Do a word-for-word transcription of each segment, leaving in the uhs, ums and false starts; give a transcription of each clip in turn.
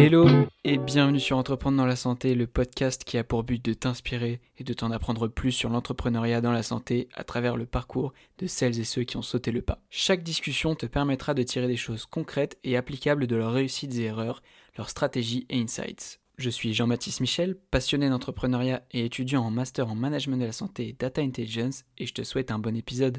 Hello et bienvenue sur Entreprendre dans la santé, le podcast qui a pour but de t'inspirer et de t'en apprendre plus sur l'entrepreneuriat dans la santé à travers le parcours de celles et ceux qui ont sauté le pas. Chaque discussion te permettra de tirer des choses concrètes et applicables de leurs réussites et erreurs, leurs stratégies et insights. Je suis Jean-Baptiste Michel, passionné d'entrepreneuriat et étudiant en master en management de la santé et data intelligence, et je te souhaite un bon épisode.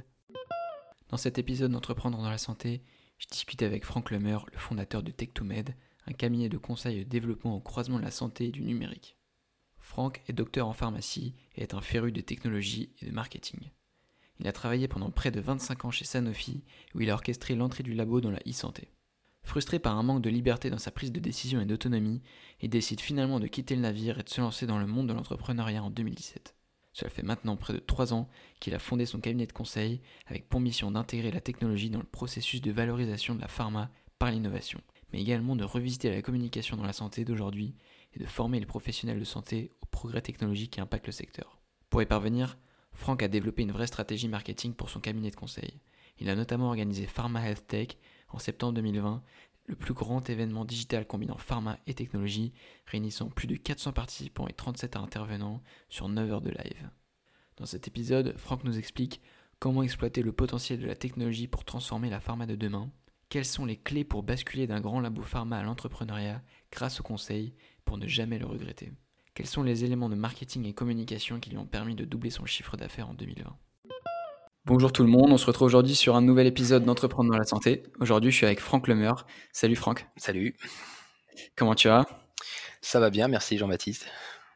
Dans cet épisode d'Entreprendre dans la santé, je discute avec Franck Lemeur, le fondateur de tech to med, un cabinet de conseil et de développement au croisement de la santé et du numérique. Franck est docteur en pharmacie et est un féru de technologie et de marketing. Il a travaillé pendant près de vingt-cinq ans chez Sanofi, où il a orchestré l'entrée du labo dans la e-santé. Frustré par un manque de liberté dans sa prise de décision et d'autonomie, il décide finalement de quitter le navire et de se lancer dans le monde de l'entrepreneuriat en deux mille dix-sept. Cela fait maintenant près de trois ans qu'il a fondé son cabinet de conseil avec pour mission d'intégrer la technologie dans le processus de valorisation de la pharma par l'innovation, mais également de revisiter la communication dans la santé d'aujourd'hui et de former les professionnels de santé aux progrès technologiques qui impactent le secteur. Pour y parvenir, Franck a développé une vraie stratégie marketing pour son cabinet de conseil. Il a notamment organisé Pharma Health Tech en septembre deux mille vingt, le plus grand événement digital combinant pharma et technologie, réunissant plus de quatre cents participants et trente-sept intervenants sur neuf heures de live. Dans cet épisode, Franck nous explique comment exploiter le potentiel de la technologie pour transformer la pharma de demain, quelles sont les clés pour basculer d'un grand labo pharma à l'entrepreneuriat grâce au conseil pour ne jamais le regretter, quels sont les éléments de marketing et communication qui lui ont permis de doubler son chiffre d'affaires en deux mille vingt. Bonjour tout le monde, on se retrouve aujourd'hui sur un nouvel épisode d'Entreprendre dans la santé. Aujourd'hui, je suis avec Franck Lemeur. Salut Franck. Salut. Comment tu vas ? Ça va bien, merci Jean-Baptiste.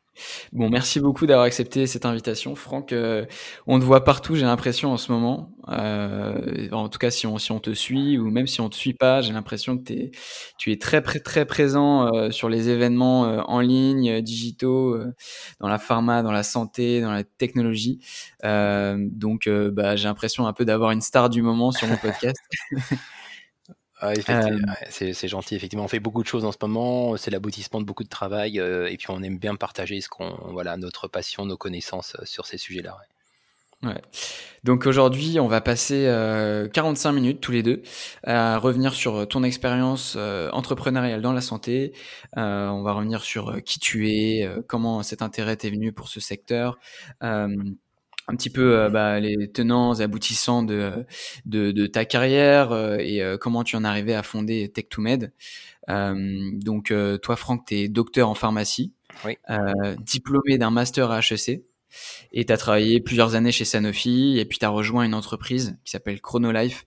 Bon, merci beaucoup d'avoir accepté cette invitation. Franck, euh, on te voit partout, j'ai l'impression, en ce moment. Euh, en tout cas, si on, si on te suit ou même si on te suit pas, j'ai l'impression que t'es, tu es très, très, très présent euh, sur les événements euh, en ligne, euh, digitaux, euh, dans la pharma, dans la santé, dans la technologie. Euh, donc, euh, bah, j'ai l'impression un peu d'avoir une star du moment sur mon podcast. Ah, effectivement, euh, c'est, c'est gentil, effectivement. On fait beaucoup de choses en ce moment, c'est l'aboutissement de beaucoup de travail, euh, et puis on aime bien partager ce qu'on, voilà, notre passion, nos connaissances euh, sur ces sujets-là. Ouais. Ouais. Donc aujourd'hui, on va passer euh, quarante-cinq minutes tous les deux à revenir sur ton expérience euh, entrepreneuriale dans la santé. Euh, on va revenir sur euh, qui tu es, euh, comment cet intérêt t'est venu pour ce secteur. Euh, un petit peu euh, bah, les tenants et aboutissants de, de, de ta carrière euh, et euh, comment tu en es arrivé à fonder tech to med. Euh, donc euh, toi, Franck, tu es docteur en pharmacie, oui. euh, diplômé d'un master à H E C et tu as travaillé plusieurs années chez Sanofi et puis tu as rejoint une entreprise qui s'appelle Chronolife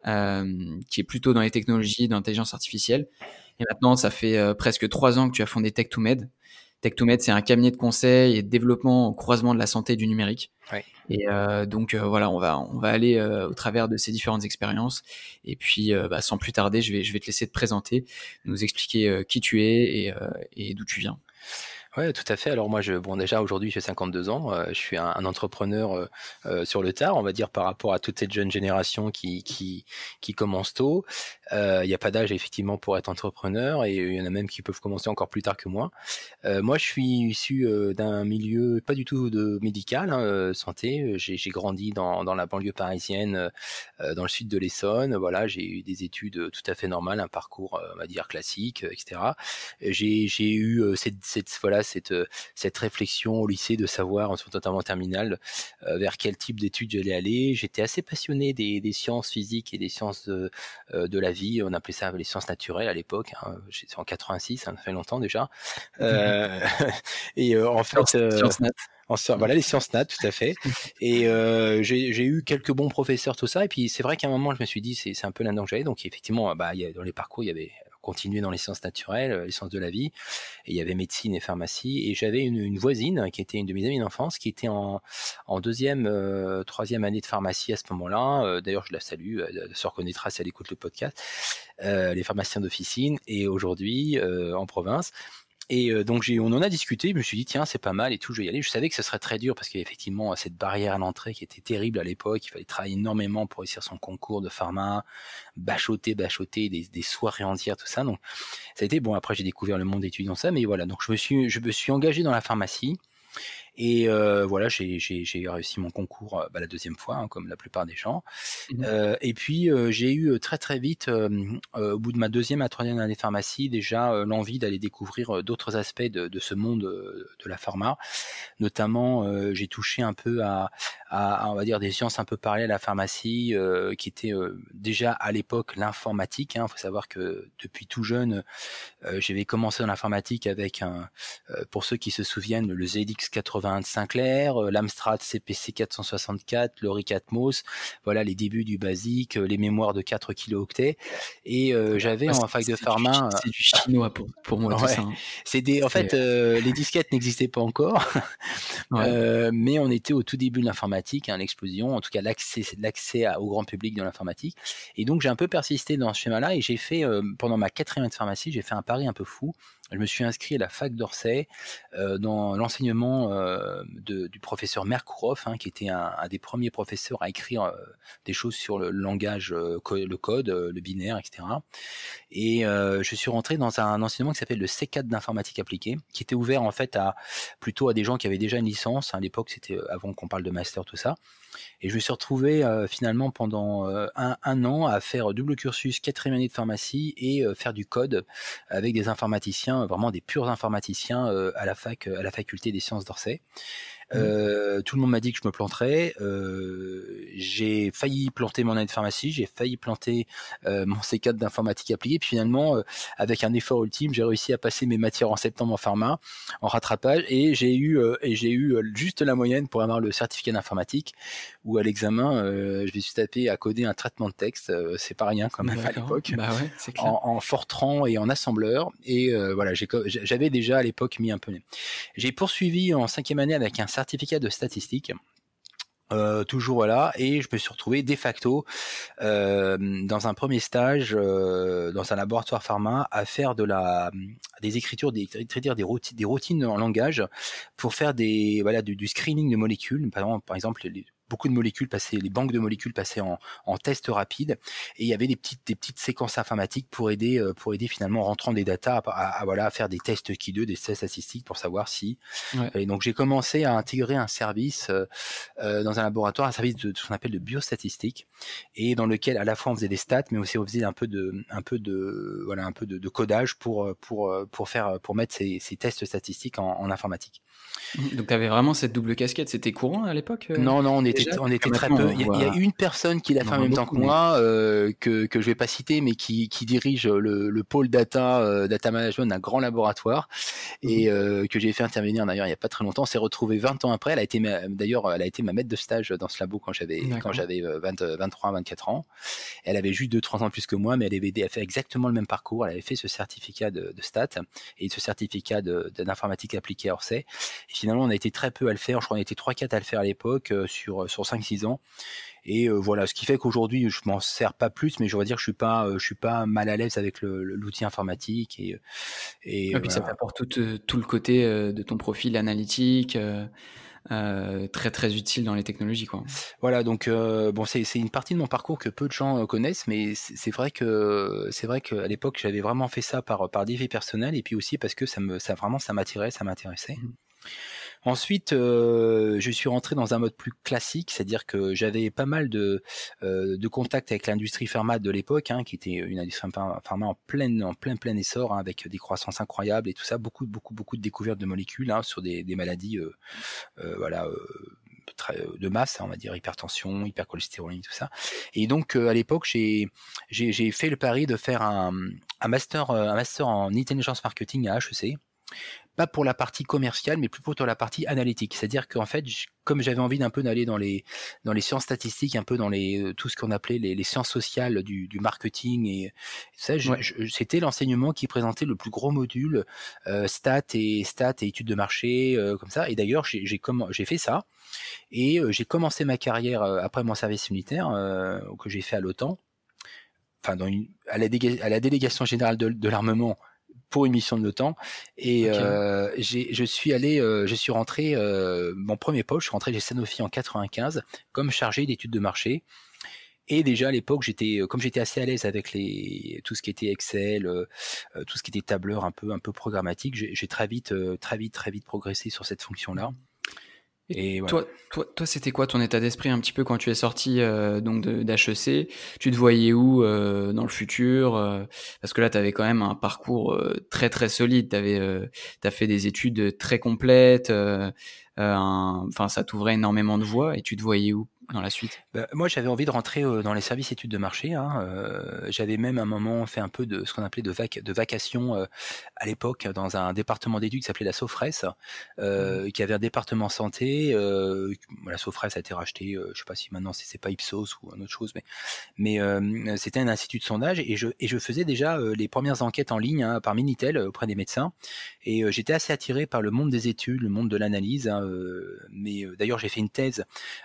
euh, qui est plutôt dans les technologies d'intelligence artificielle. Et maintenant, ça fait euh, presque trois ans que tu as fondé tech to med. tech to med, c'est un cabinet de conseil et de développement au croisement de la santé et du numérique. Oui. Et euh, donc euh, voilà, on va on va aller euh, au travers de ces différentes expériences. Et puis euh, bah, sans plus tarder, je vais je vais te laisser te présenter, nous expliquer euh, qui tu es et, euh, et d'où tu viens. Ouais, tout à fait. Alors moi, je, bon, déjà aujourd'hui, j'ai cinquante-deux ans. Euh, je suis un, un entrepreneur euh, euh, sur le tard, on va dire, par rapport à toute cette jeune génération qui qui, qui commence tôt. Il euh, n'y a pas d'âge effectivement pour être entrepreneur, et il y en a même qui peuvent commencer encore plus tard que moi. Euh, moi, je suis issu euh, d'un milieu pas du tout de médical, hein, euh, santé. J'ai, j'ai grandi dans, dans la banlieue parisienne, euh, dans le sud de l'Essonne. Voilà, j'ai eu des études tout à fait normales, un parcours, euh, on va dire classique, euh, et cetera. J'ai, j'ai eu euh, cette, cette voilà cette cette réflexion au lycée de savoir, notamment en terminale, euh, vers quel type d'études j'allais aller. J'étais assez passionné des, des sciences physiques et des sciences de, euh, de la vie. On appelait ça les sciences naturelles à l'époque. Hein. J'étais en quatre-vingt-six, ça fait longtemps déjà. Euh, et euh, en fait, euh, Sciences nat. En, voilà, les sciences nat, tout à fait. Et euh, j'ai, j'ai eu quelques bons professeurs, tout ça. Et puis c'est vrai qu'à un moment, je me suis dit, c'est, c'est un peu là-dedans que j'allais. Donc effectivement, bah, y a, dans les parcours, il y avait continué dans les sciences naturelles, les sciences de la vie, et il y avait médecine et pharmacie. Et j'avais une, une voisine qui était une de mes amies d'enfance, qui était en, en deuxième, euh, troisième année de pharmacie à ce moment-là. Euh, d'ailleurs, je la salue, elle se reconnaîtra si elle écoute le podcast. Euh, les pharmaciens d'officine, et aujourd'hui euh, en province. Et euh, donc j'ai, on en a discuté, je me suis dit tiens c'est pas mal et tout, je vais y aller. Je savais que ce serait très dur parce qu'il y avait effectivement cette barrière à l'entrée qui était terrible à l'époque, il fallait travailler énormément pour réussir son concours de pharma, bachoter, bachoter, des, des soirées entières, tout ça. Donc ça a été bon, après j'ai découvert le monde étudiant ça, mais voilà, donc je me suis, je me suis engagé dans la pharmacie. Et euh, voilà, j'ai, j'ai, j'ai réussi mon concours euh, bah, la deuxième fois, hein, comme la plupart des gens. Mmh. Euh, et puis euh, j'ai eu très très vite, euh, euh, au bout de ma deuxième à troisième année de pharmacie, déjà euh, l'envie d'aller découvrir euh, d'autres aspects de, de ce monde euh, de la pharma. Notamment, euh, j'ai touché un peu à, à, à, on va dire, des sciences un peu parallèles à la pharmacie, euh, qui étaient euh, déjà à l'époque l'informatique. Il hein. faut savoir que depuis tout jeune, euh, j'avais commencé dans l'informatique avec un, euh, pour ceux qui se souviennent, le Z X quatre-vingt-un de Sinclair, euh, l'Amstrad C P C quatre cent soixante-quatre, l'Oric Atmos, voilà les débuts du basique, euh, les mémoires de quatre kilooctets. Et euh, j'avais Ouais, en c'est fac de c'est du pharma, c'est du chinois pour pour moi euh, tout ouais, ça, hein. c'est des, en C'est fait, euh, les disquettes n'existaient pas encore. ouais. Euh, mais on était au tout début de l'informatique, hein, l'explosion, en tout cas l'accès, l'accès à- au grand public dans l'informatique. Et donc j'ai un peu persisté dans ce schéma-là et j'ai fait, euh, pendant ma quatrième année de pharmacie, j'ai fait un pari un peu fou. Je me suis inscrit à la fac d'Orsay euh, dans l'enseignement euh, de, du professeur Mercourov, hein, qui était un, un des premiers professeurs à écrire euh, des choses sur le langage, euh, co- le code, euh, le binaire, et cetera. Et euh, je suis rentré dans un enseignement qui s'appelle le C quatre d'informatique appliquée, qui était ouvert en fait à plutôt à des gens qui avaient déjà une licence. À l'époque, c'était avant qu'on parle de master, tout ça. Et je me suis retrouvé euh, finalement pendant euh, un, un an à faire double cursus, quatrième année de pharmacie et euh, faire du code avec des informaticiens, vraiment des purs informaticiens euh, à la fac, à la faculté des sciences d'Orsay. Mmh. Euh, tout le monde m'a dit que je me planterais. Euh, j'ai failli planter mon année de pharmacie, j'ai failli planter euh, mon C quatre d'informatique appliquée. Puis finalement, euh, avec un effort ultime, j'ai réussi à passer mes matières en septembre en pharma, en rattrapage, et j'ai eu euh, et j'ai eu euh, juste la moyenne pour avoir le certificat d'informatique. Où à l'examen, euh, je me suis tapé à coder un traitement de texte. Euh, c'est pas rien quand même à D'accord. l'époque, Bah ouais, c'est clair. en, en Fortran et en assembleur. Et euh, voilà, j'ai, j'avais déjà à l'époque mis un peu. J'ai poursuivi en cinquième année avec un certificat de statistique. Euh, toujours voilà, et je me suis retrouvé de facto euh, dans un premier stage euh, dans un laboratoire pharma à faire de la des écritures, des, des, des, routines, des routines en langage pour faire des voilà du, du screening de molécules. Par exemple, par exemple les, beaucoup de molécules passaient, les banques de molécules passaient en, en test rapide, et il y avait des petites des petites séquences informatiques pour aider euh, pour aider finalement en rentrant des datas à, à, à voilà à faire des tests Q deux, des tests statistiques pour savoir si. Ouais. Et donc j'ai commencé à intégrer un service euh, euh, dans un laboratoire, un service de, de ce qu'on appelle de biostatistique, et dans lequel à la fois on faisait des stats, mais aussi on faisait un peu de, un peu de, voilà, un peu de, de codage pour, pour, pour faire, pour mettre ces, ces tests statistiques en, en informatique. Mmh. Donc tu avais vraiment cette double casquette, c'était courant à l'époque, heu, Non, non, on était, déjà? on Parce que était très maintenant peu. on Il y a, il y a voit une personne qui l'a on fait en en voit même temps beaucoup, que mais moi, euh, que que je vais pas citer, mais qui qui dirige le, le pôle data, euh, data management d'un grand laboratoire, mmh. et euh, que j'ai fait intervenir d'ailleurs il y a pas très longtemps. On s'est retrouvé vingt ans après. Elle a été ma- d'ailleurs, elle a été ma maître de stage dans ce labo quand j'avais quand D'accord. j'avais vingt, vingt-trois, vingt-quatre ans. Elle avait juste deux trois ans plus que moi, mais elle avait elle fait exactement le même parcours. Elle avait fait ce certificat de, de stats et ce certificat de, de, d'informatique appliquée à Orsay. Et finalement, on a été très peu à le faire. Je crois qu'on était trois quatre à le faire à l'époque, euh, sur, sur cinq six ans. Et euh, voilà, ce qui fait qu'aujourd'hui, je m'en sers pas plus, mais je dois dire que je suis pas, euh, je suis pas mal à l'aise avec le, le, l'outil informatique. Et, et Et euh, puis ça voilà. t'apporte tout, heu, tout le côté, heu, de ton profil analytique, heu heu, très, très utile dans les technologies, quoi. Voilà, donc euh, bon, c'est, c'est une partie de mon parcours que peu de gens euh, connaissent, mais c'est, c'est vrai que c'est vrai qu'à l'époque, j'avais vraiment fait ça par par défi personnel, et puis aussi parce que ça me, ça vraiment, ça m'attirait, ça m'intéressait. Mmh. Ensuite, euh, je suis rentré dans un mode plus classique, c'est-à-dire que j'avais pas mal de, euh, de contacts avec l'industrie pharma de l'époque, hein, qui était une industrie pharma en plein, en plein, plein essor, hein, avec des croissances incroyables et tout ça, beaucoup, beaucoup, beaucoup de découvertes de molécules, hein, sur des, des maladies, euh, euh, voilà. Euh, très, de masse, hein, on va dire hypertension, hypercholestérolémie, tout ça. Et donc euh, à l'époque, j'ai, j'ai, j'ai fait le pari de faire un, un master, un master en intelligence marketing à H E C. Pas pour la partie commerciale, mais plus pour la partie analytique. C'est-à-dire qu'en fait, je, comme j'avais envie d'un peu d'aller dans les dans les sciences statistiques, un peu dans les tout ce qu'on appelait les, les sciences sociales du, du marketing, et ça, je, Ouais. je, c'était l'enseignement qui présentait le plus gros module, euh, stats et stats et études de marché, euh, comme ça. Et d'ailleurs, j'ai j'ai, comment, j'ai fait ça, et euh, j'ai commencé ma carrière euh, après mon service militaire, euh, que j'ai fait à l'OTAN, enfin dans une, à la, déga, à la délégation générale de, de l'armement, pour une mission de l'OTAN. Et OK. euh, j'ai, je suis allé, euh, je suis rentré, euh, mon premier poste, je suis rentré chez Sanofi en quatre-vingt-quinze comme chargé d'études de marché. Et déjà à l'époque, j'étais, comme j'étais assez à l'aise avec les, tout ce qui était Excel, euh, tout ce qui était tableur un peu, un peu programmatique, j'ai, j'ai très vite, euh, très vite, très vite progressé sur cette fonction-là. Et voilà. Toi, toi, toi, c'était quoi ton état d'esprit un petit peu quand tu es sorti euh, donc de, d'H E C? Tu te voyais où euh, dans le futur? euh, Parce que là, tu avais quand même un parcours euh, très très solide. Tu euh, as fait des études très complètes. euh, euh, un- Enfin, ça t'ouvrait énormément de voies. Et tu te voyais où dans la suite? Bah, moi, j'avais envie de rentrer euh, dans les services études de marché, hein. Euh, j'avais même à un moment fait un peu de ce qu'on appelait de, vac de vacation euh, à l'époque dans un département d'études qui s'appelait la Sofres, Mhm. euh, qui avait un département santé. Euh, la Sofres a été rachetée, euh, je sais pas si maintenant c'est c'est pas Ipsos ou une autre chose, mais mais euh, c'était un institut de sondage et je, et je faisais déjà euh, les premières enquêtes en ligne, hein, par Minitel euh, auprès des médecins. Et euh, j'étais assez attiré par le monde des études, le monde de l'analyse, hein, euh, mais euh, d'ailleurs j'ai fait une thèse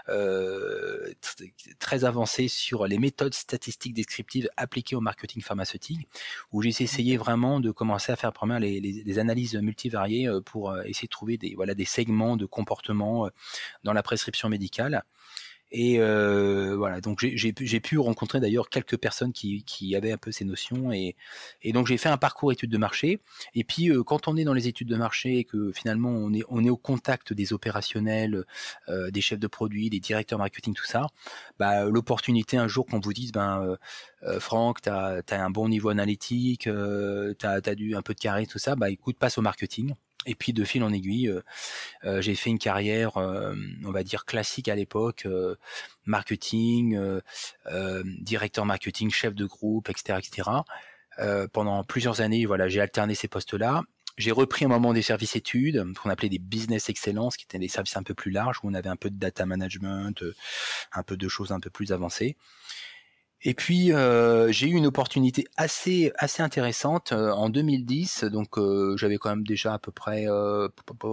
euh, très avancée sur les méthodes statistiques descriptives appliquées au marketing pharmaceutique, où j'ai essayé Ok. vraiment de commencer à faire première les, les, les analyses multivariées euh, pour euh, essayer de trouver des, voilà, des segments de comportement euh, dans la prescription médicale. Et euh, voilà, donc j'ai, j'ai, pu, j'ai pu rencontrer d'ailleurs quelques personnes qui, qui avaient un peu ces notions. Et, et donc j'ai fait un parcours études de marché. Et puis euh, quand on est dans les études de marché et que finalement on est, on est au contact des opérationnels, euh, des chefs de produits, des directeurs marketing, tout ça, bah, l'opportunité un jour qu'on vous dise, ben, euh, euh, Franck, tu as un bon niveau analytique, euh, tu as du, un peu de carré, tout ça, bah écoute, passe au marketing. Et puis de fil en aiguille, euh, euh, j'ai fait une carrière, euh, on va dire classique à l'époque, euh, marketing, euh, euh, directeur marketing, chef de groupe, et cetera, et cetera. Euh, pendant plusieurs années, voilà, j'ai alterné ces postes-là. J'ai repris un moment des services études, qu'on appelait des business excellence, qui étaient des services un peu plus larges, où on avait un peu de data management, euh, un peu de choses un peu plus avancées. Et puis euh, j'ai eu une opportunité assez assez intéressante euh, en deux mille dix. Donc euh, j'avais quand même déjà à peu près euh,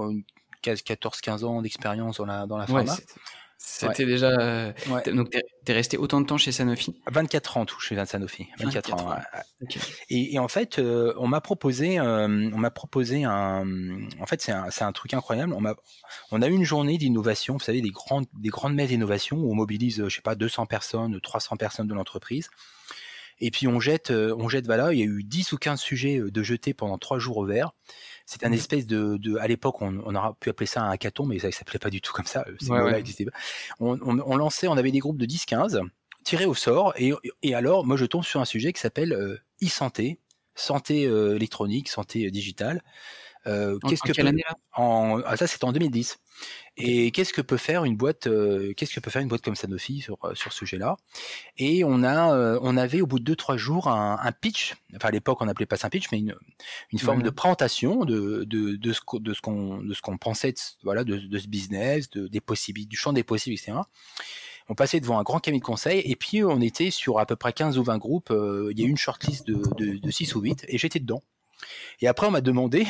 quatorze quinze ans d'expérience dans la dans la Ouais, pharma. c'était Ouais, c'était déjà. euh, ouais. t'es- Donc, t'es es resté autant de temps chez Sanofi? vingt-quatre ans tout chez Sanofi. vingt-quatre ans. vingt-quatre Ouais. ans. Ok. Et, et en fait, euh, on m'a proposé, euh, on m'a proposé un. En fait, c'est un, c'est un truc incroyable. On m'a, on a eu une journée d'innovation. Vous savez, des grandes, des grandes messes d'innovation où on mobilise, je sais pas, deux cents personnes, trois cents personnes de l'entreprise. Et puis on jette, euh, on jette, voilà, il y a eu dix ou quinze sujets de jetés pendant trois jours au vert. C'est un Mhm. espèce de, de à l'époque, on, on aurait pu appeler ça un hackathon, mais ça ne s'appelait pas du tout comme ça. Ces Ouais, mots-là ouais. n'existaient pas. On, on, on lançait, on avait des groupes de dix quinze tirés au sort. Et, et alors, moi, je tombe sur un sujet qui s'appelle euh, e-santé, santé euh, électronique, santé euh, digitale. Euh, En, qu'est-ce en que quelle peut année là? en, ah, ça, c'était en deux mille dix. Ok. Et qu'est-ce que peut faire une boîte, euh, qu'est-ce que peut faire une boîte comme Sanofi sur, sur ce sujet-là? Et on a, euh, on avait au bout de deux trois jours un, un pitch. Enfin à l'époque on n'appelait pas ça un pitch, mais une, une Ouais, forme de ouais. présentation de de, de ce de ce qu'on de ce qu'on pensait de, voilà de, de ce business, de, des possibilités, du champ des possibles, et cetera. On passait devant un grand cabinet de conseil et puis on était sur à peu près quinze ou vingt groupes. Euh, il y a eu une shortlist de, de, de six ou huit et j'étais dedans. Et après on m'a demandé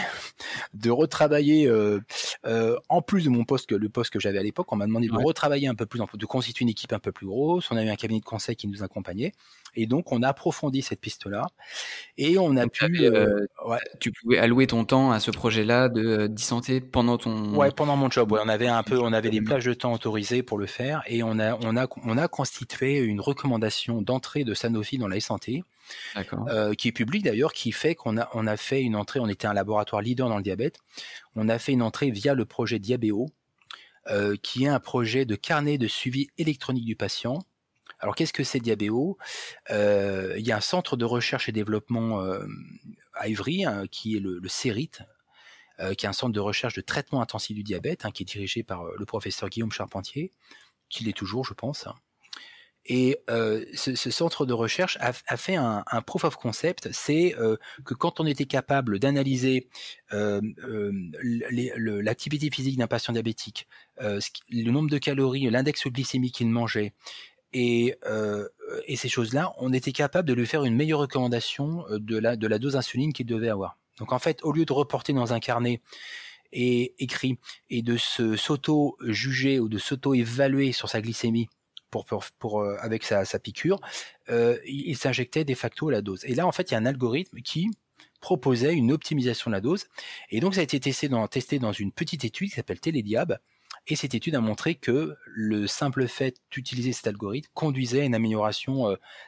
de retravailler euh, euh, en plus de mon poste que le poste que j'avais à l'époque, on m'a demandé de Ouais. retravailler un peu plus, de constituer une équipe un peu plus grosse. On a eu un cabinet de conseil qui nous accompagnait et donc on a approfondi cette piste-là et on a Donc, pu, t'avais, euh, euh, ouais, tu pouvais allouer ton temps à ce projet-là de euh, d'e-santé pendant ouais, ton, pendant mon job, ouais, on avait un ton peu, job on avait des de plages de marketing. temps autorisées pour le faire et on a, on a, on a constitué une recommandation d'entrée de Sanofi dans la e-santé. D'accord. Euh, qui est public d'ailleurs, qui fait qu'on a, on a fait une entrée, on était un laboratoire leader dans le diabète, on a fait une entrée via le projet Diabéo, euh, qui est un projet de carnet de suivi électronique du patient. Alors qu'est-ce que c'est Diabéo? euh, Il y a un centre de recherche et développement euh, à Ivry, hein, qui est le, le CERIT, euh, qui est un centre de recherche de traitement intensif du diabète, hein, qui est dirigé par euh, le professeur Guillaume Charpentier, qui l'est toujours, je pense. Et euh, ce, ce centre de recherche a, a fait un, un proof of concept, c'est euh, que quand on était capable d'analyser euh, euh, les- le- l'activité physique d'un patient diabétique, euh, ce qui- le nombre de calories, l'index glycémique qu'il mangeait, et, euh, et ces choses-là, on était capable de lui faire une meilleure recommandation euh, de la, de la dose d'insuline qu'il devait avoir. Donc en fait, au lieu de reporter dans un carnet et écrit et de se s'auto-juger ou de s'auto-évaluer sur sa glycémie pour, pour, pour euh, avec sa, sa piqûre, euh, il, il s'injectait de facto la dose. Et là, en fait, il y a un algorithme qui proposait une optimisation de la dose. Et donc, ça a été testé dans, testé dans une petite étude qui s'appelle Télédiab. Et cette étude a montré que le simple fait d'utiliser cet algorithme conduisait à une amélioration euh,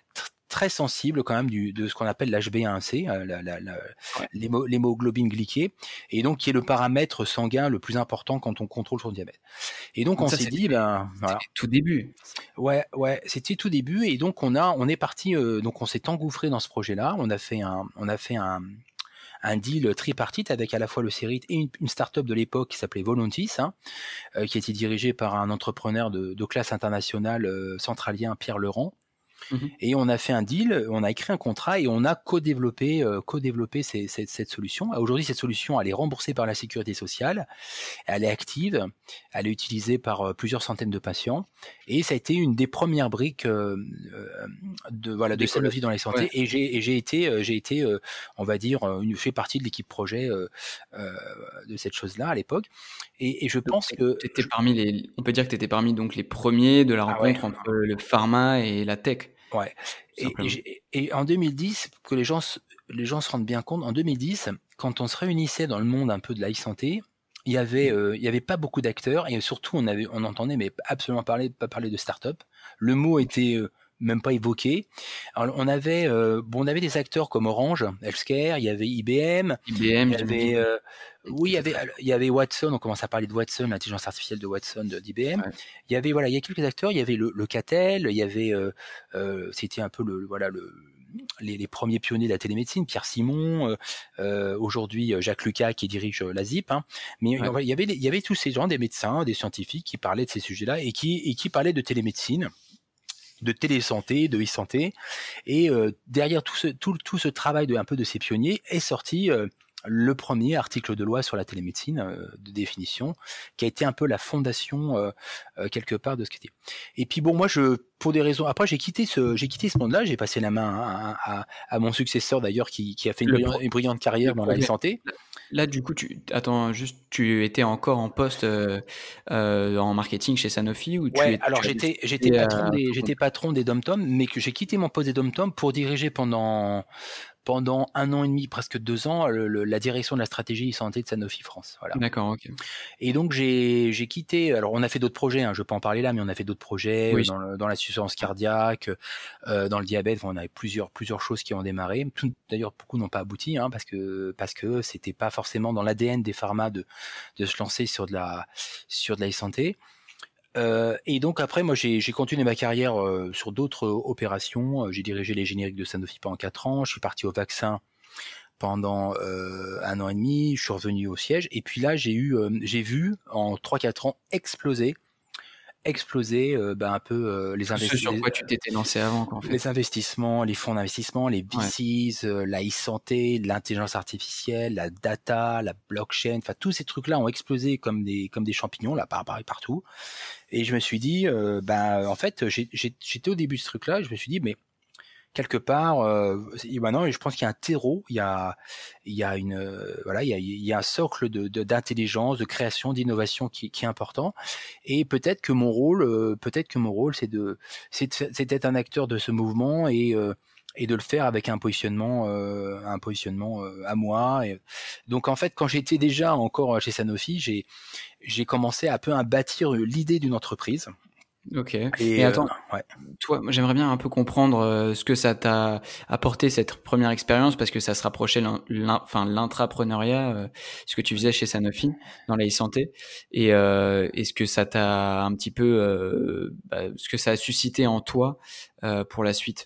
très sensible quand même du, de ce qu'on appelle l'H b un C, la, la, la, Ouais. l'hémo, l'hémoglobine glyquée, et donc qui est le paramètre sanguin le plus important quand on contrôle son diabète. Et donc, Donc on ça, s'est c'était dit, ben voilà. c'était tout début. Ouais, ouais, c'était tout début, et donc on a, on est parti, euh, donc on s'est engouffré dans ce projet-là. On a fait un, on a fait un, un deal tripartite avec à la fois le Cérit et une, une start-up de l'époque qui s'appelait Volontis, hein, euh, qui était dirigée par un entrepreneur de, de classe internationale euh, centralien, Pierre Leurent. Mmh. Et on a fait un deal, on a écrit un contrat et on a co-développé, euh, co-développé ces, cette, cette solution. Aujourd'hui, cette solution, elle est remboursée par la sécurité sociale, elle est active, elle est utilisée par euh, plusieurs centaines de patients, et ça a été une des premières briques euh, euh, de voilà de Sanofi dans la santé. Ouais. Et j'ai, et j'ai été, euh, j'ai été, euh, on va dire, euh, une, fait partie de l'équipe projet euh, euh, de cette chose-là à l'époque. Et, et je Donc pense que, tu étais parmi les on peut dire que tu étais parmi donc les premiers de la ah ouais, rencontre entre le pharma et la tech, ouais. tout Et, et, simplement. j'ai- et en deux mille dix, pour que les gens, se- les gens se rendent bien compte, en deux mille dix, quand on se réunissait dans le monde un peu de la e-santé, il y avait, Mmh. euh, il y avait pas beaucoup d'acteurs, et surtout on avait, on entendait mais absolument parler, pas parler de start-up. Le mot était euh, même pas évoqué. Alors, on avait, euh, bon, on avait des acteurs comme Orange, Healthcare, il y avait I B M, il I B M, y avait, j'imagine, euh, qui oui, il y était avait, très il y avait Watson. On commence à parler de Watson, l'intelligence artificielle de Watson de d'I B M. ouais. Il y avait, voilà, il y a quelques acteurs. Il y avait le, le Catel, il y avait, euh, euh, c'était un peu le, voilà, le les, les premiers pionniers de la télémédecine, Pierre Simon, euh, euh, aujourd'hui Jacques Lucas qui dirige euh, la Z I P. Hein. Mais Ouais. il y avait, il y avait tous ces gens, des médecins, des scientifiques qui parlaient de ces sujets-là et qui, et qui parlaient de télémédecine, de télésanté, de e-santé. Et euh, derrière tout ce, tout, tout ce travail de un peu de ces pionniers est sorti euh, le premier article de loi sur la télémédecine euh, de définition, qui a été un peu la fondation euh, euh, quelque part de ce qui était. Et puis bon, moi je, pour des raisons, après j'ai quitté ce, j'ai quitté ce monde-là, j'ai passé la main à, à, à mon successeur d'ailleurs qui, qui a fait une, Le brillante, pro une brillante le carrière dans la projet e-santé. là là, du coup, tu attends juste, tu étais encore en poste, heu heu, en marketing chez Sanofi ou tu Ouais, es alors tu as j'étais, j'étais décidé à patron des, ton compte? j'étais patron des Dom-Tom, mais que j'ai quitté mon poste des Dom-Tom pour diriger pendant pendant un an et demi, presque deux ans, le, le, la direction de la stratégie santé de Sanofi France. Voilà. D'accord, OK. Et donc j'ai, j'ai quitté. Alors on a fait d'autres projets, hein, je ne vais pas en parler là, mais on a fait d'autres projets Oui. euh, dans, le, dans l'insuffisance cardiaque, euh, dans le diabète. Enfin, on avait plusieurs plusieurs choses qui ont démarré. Tout, d'ailleurs, beaucoup n'ont pas abouti, hein, parce que parce que c'était pas forcément dans l'A D N des pharma de de se lancer sur de la sur de la e-santé. Euh, et donc après, moi, j'ai, j'ai continué ma carrière euh, sur d'autres euh, opérations. Euh, J'ai dirigé les génériques de Sanofi pendant quatre ans. Je suis parti au vaccin pendant euh, un an et demi. Je suis revenu au siège. Et puis là, j'ai eu, euh, j'ai vu en trois quatre ans exploser, exploser euh, bah, un peu euh, les, Tout ce investi- sur les, quoi tu t'étais lancé avant, quoi, en fait. les investissements, les fonds d'investissement, les Ouais. V Cs, euh, la e-santé, l'intelligence artificielle, la data, la blockchain. Enfin, tous ces trucs-là ont explosé comme des comme des champignons là, par par partout. Et je me suis dit, euh, ben, en fait, j'ai, j'ai, j'étais au début de ce truc-là, je me suis dit, mais quelque part, euh, maintenant, je pense qu'il y a un terreau, il y a, il y a une, euh, voilà, il y a, il y a un socle de, de, d'intelligence, de création, d'innovation qui, qui est important. Et peut-être que mon rôle, euh, peut-être que mon rôle, c'est de, c'est, de, c'est d'être un acteur de ce mouvement et euh, et de le faire avec un positionnement, euh, un positionnement euh, à moi. Et donc en fait, quand j'étais déjà encore chez Sanofi, j'ai j'ai commencé à peu à bâtir l'idée d'une entreprise. OK. Et Mais euh, attends, ouais. toi, moi, j'aimerais bien un peu comprendre, heu, ce que ça t'a apporté cette première expérience parce que ça se rapprochait l'in l'in enfin l'intrapreneuriat, heu, ce que tu faisais chez Sanofi dans la e-santé et heu, est-ce que ça t'a un petit peu, heu, bah, ce que ça a suscité en toi, heu, pour la suite?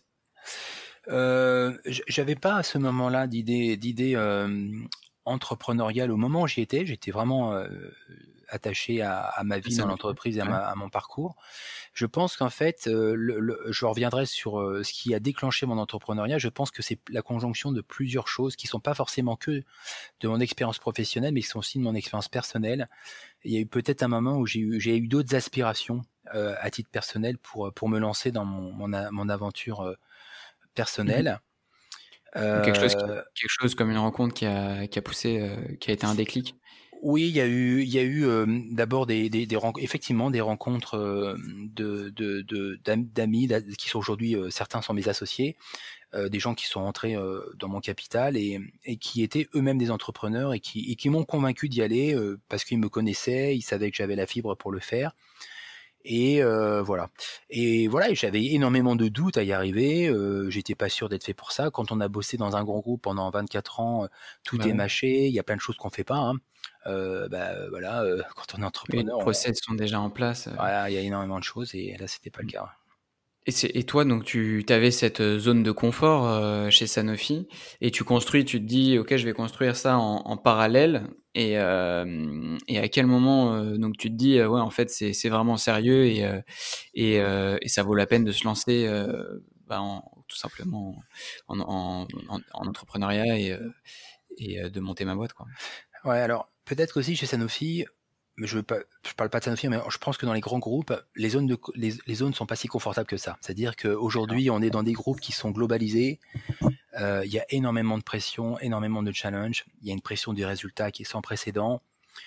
Euh, j'avais pas à ce moment-là d'idée d'idée euh, entrepreneuriale au moment où j'y étais. J'étais vraiment euh, attaché à, à ma À vie dans Sanofi? l'entreprise et à, Ouais. ma, à mon parcours. Je pense qu'en fait, euh, le, le, je reviendrai sur euh, ce qui a déclenché mon entrepreneuriat. Je pense que c'est la conjonction de plusieurs choses qui sont pas forcément que de mon expérience professionnelle, mais qui sont aussi de mon expérience personnelle. Il y a eu peut-être un moment où j'ai eu, j'ai eu d'autres aspirations euh, à titre personnel pour, pour me lancer dans mon, mon, mon aventure euh, Mmh mh. personnelle. Donc quelque chose qui Euh, quelque chose comme une rencontre qui a qui a poussé, heu, qui a été un déclic? oui, il y a eu, il y a eu euh, d'abord des, des, des rencontres, effectivement des rencontres euh, de, de, de, d'am- d'amis d'a- qui sont aujourd'hui, euh, certains sont mes associés, euh, des gens qui sont entrés euh, dans mon capital et, et qui étaient eux-mêmes des entrepreneurs et qui, et qui m'ont convaincu d'y aller euh, parce qu'ils me connaissaient, ils savaient que j'avais la fibre pour le faire. Et euh, voilà. Et voilà, et j'avais énormément de doutes à y arriver. Euh, j'étais pas sûr d'être fait pour ça. Quand on a bossé dans un grand groupe pendant vingt-quatre ans, euh, tout Bah est ouais. mâché. Il y a plein de choses qu'on fait pas. Hein. Euh, bah voilà, euh, quand on est Oui, les entrepreneur, on- process sont déjà en place. euh. voilà, il y a énormément de choses et là, c'était pas le cas. Et, c'est- et toi, donc, tu avais cette euh, zone de confort euh, chez Sanofi et tu construis, tu te dis, OK, je vais construire ça en, en parallèle. Et, euh, et à quel moment euh, donc tu te dis, euh, ouais, en fait, c'est c'est vraiment sérieux et, euh, et, euh, et ça vaut la peine de se lancer euh, bah, en- tout simplement en, en, en- en entrepreneuriat et, euh, et euh, de monter ma boîte, quoi. Ouais, alors peut-être aussi chez Sanofi, mais je veux pas, je parle pas de Sanofi, mais je pense que dans les grands groupes, les zones de, les, les zones sont pas si confortables que ça. C'est-à-dire D'accord. qu'aujourd'hui, on est dans des groupes qui sont globalisés. Euh, Il y a énormément de pression, énormément de challenge. Il y a une pression du résultat qui est sans précédent.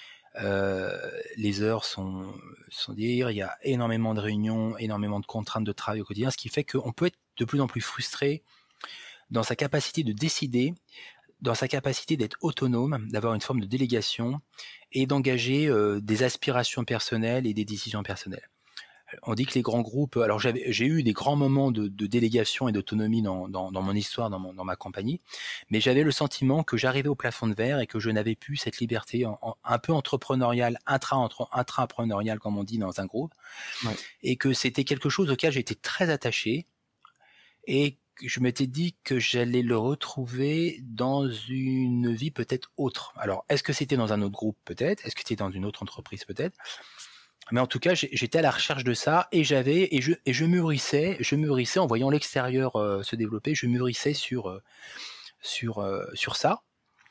Euh, les heures sont, sont dire, il y a énormément de réunions, énormément de contraintes de travail au quotidien, ce qui fait qu'on peut être de plus en plus frustré dans sa capacité de décider, dans sa capacité d'être autonome, d'avoir une forme de délégation et d'engager euh, des aspirations personnelles et des décisions personnelles. On dit que les grands groupes, alors j'avais, j'ai eu des grands moments de, de délégation et d'autonomie dans, dans, dans mon histoire, dans, mon, dans ma compagnie, mais j'avais le sentiment que j'arrivais au plafond de verre et que je n'avais plus cette liberté en, en, un peu entrepreneuriale, intra, intrapreneuriale comme on dit dans un groupe, Ouais. et que c'était quelque chose auquel j'étais très attaché et que je m'étais dit que j'allais le retrouver dans une vie peut-être autre. Alors, est-ce que c'était dans un autre groupe peut-être? Est-ce que c'était dans une autre entreprise peut-être? Mais en tout cas, j'étais à la recherche de ça et j'avais et je et je mûrissais, je mûrissais en voyant l'extérieur euh, se développer, je mûrissais sur euh, sur euh, sur ça.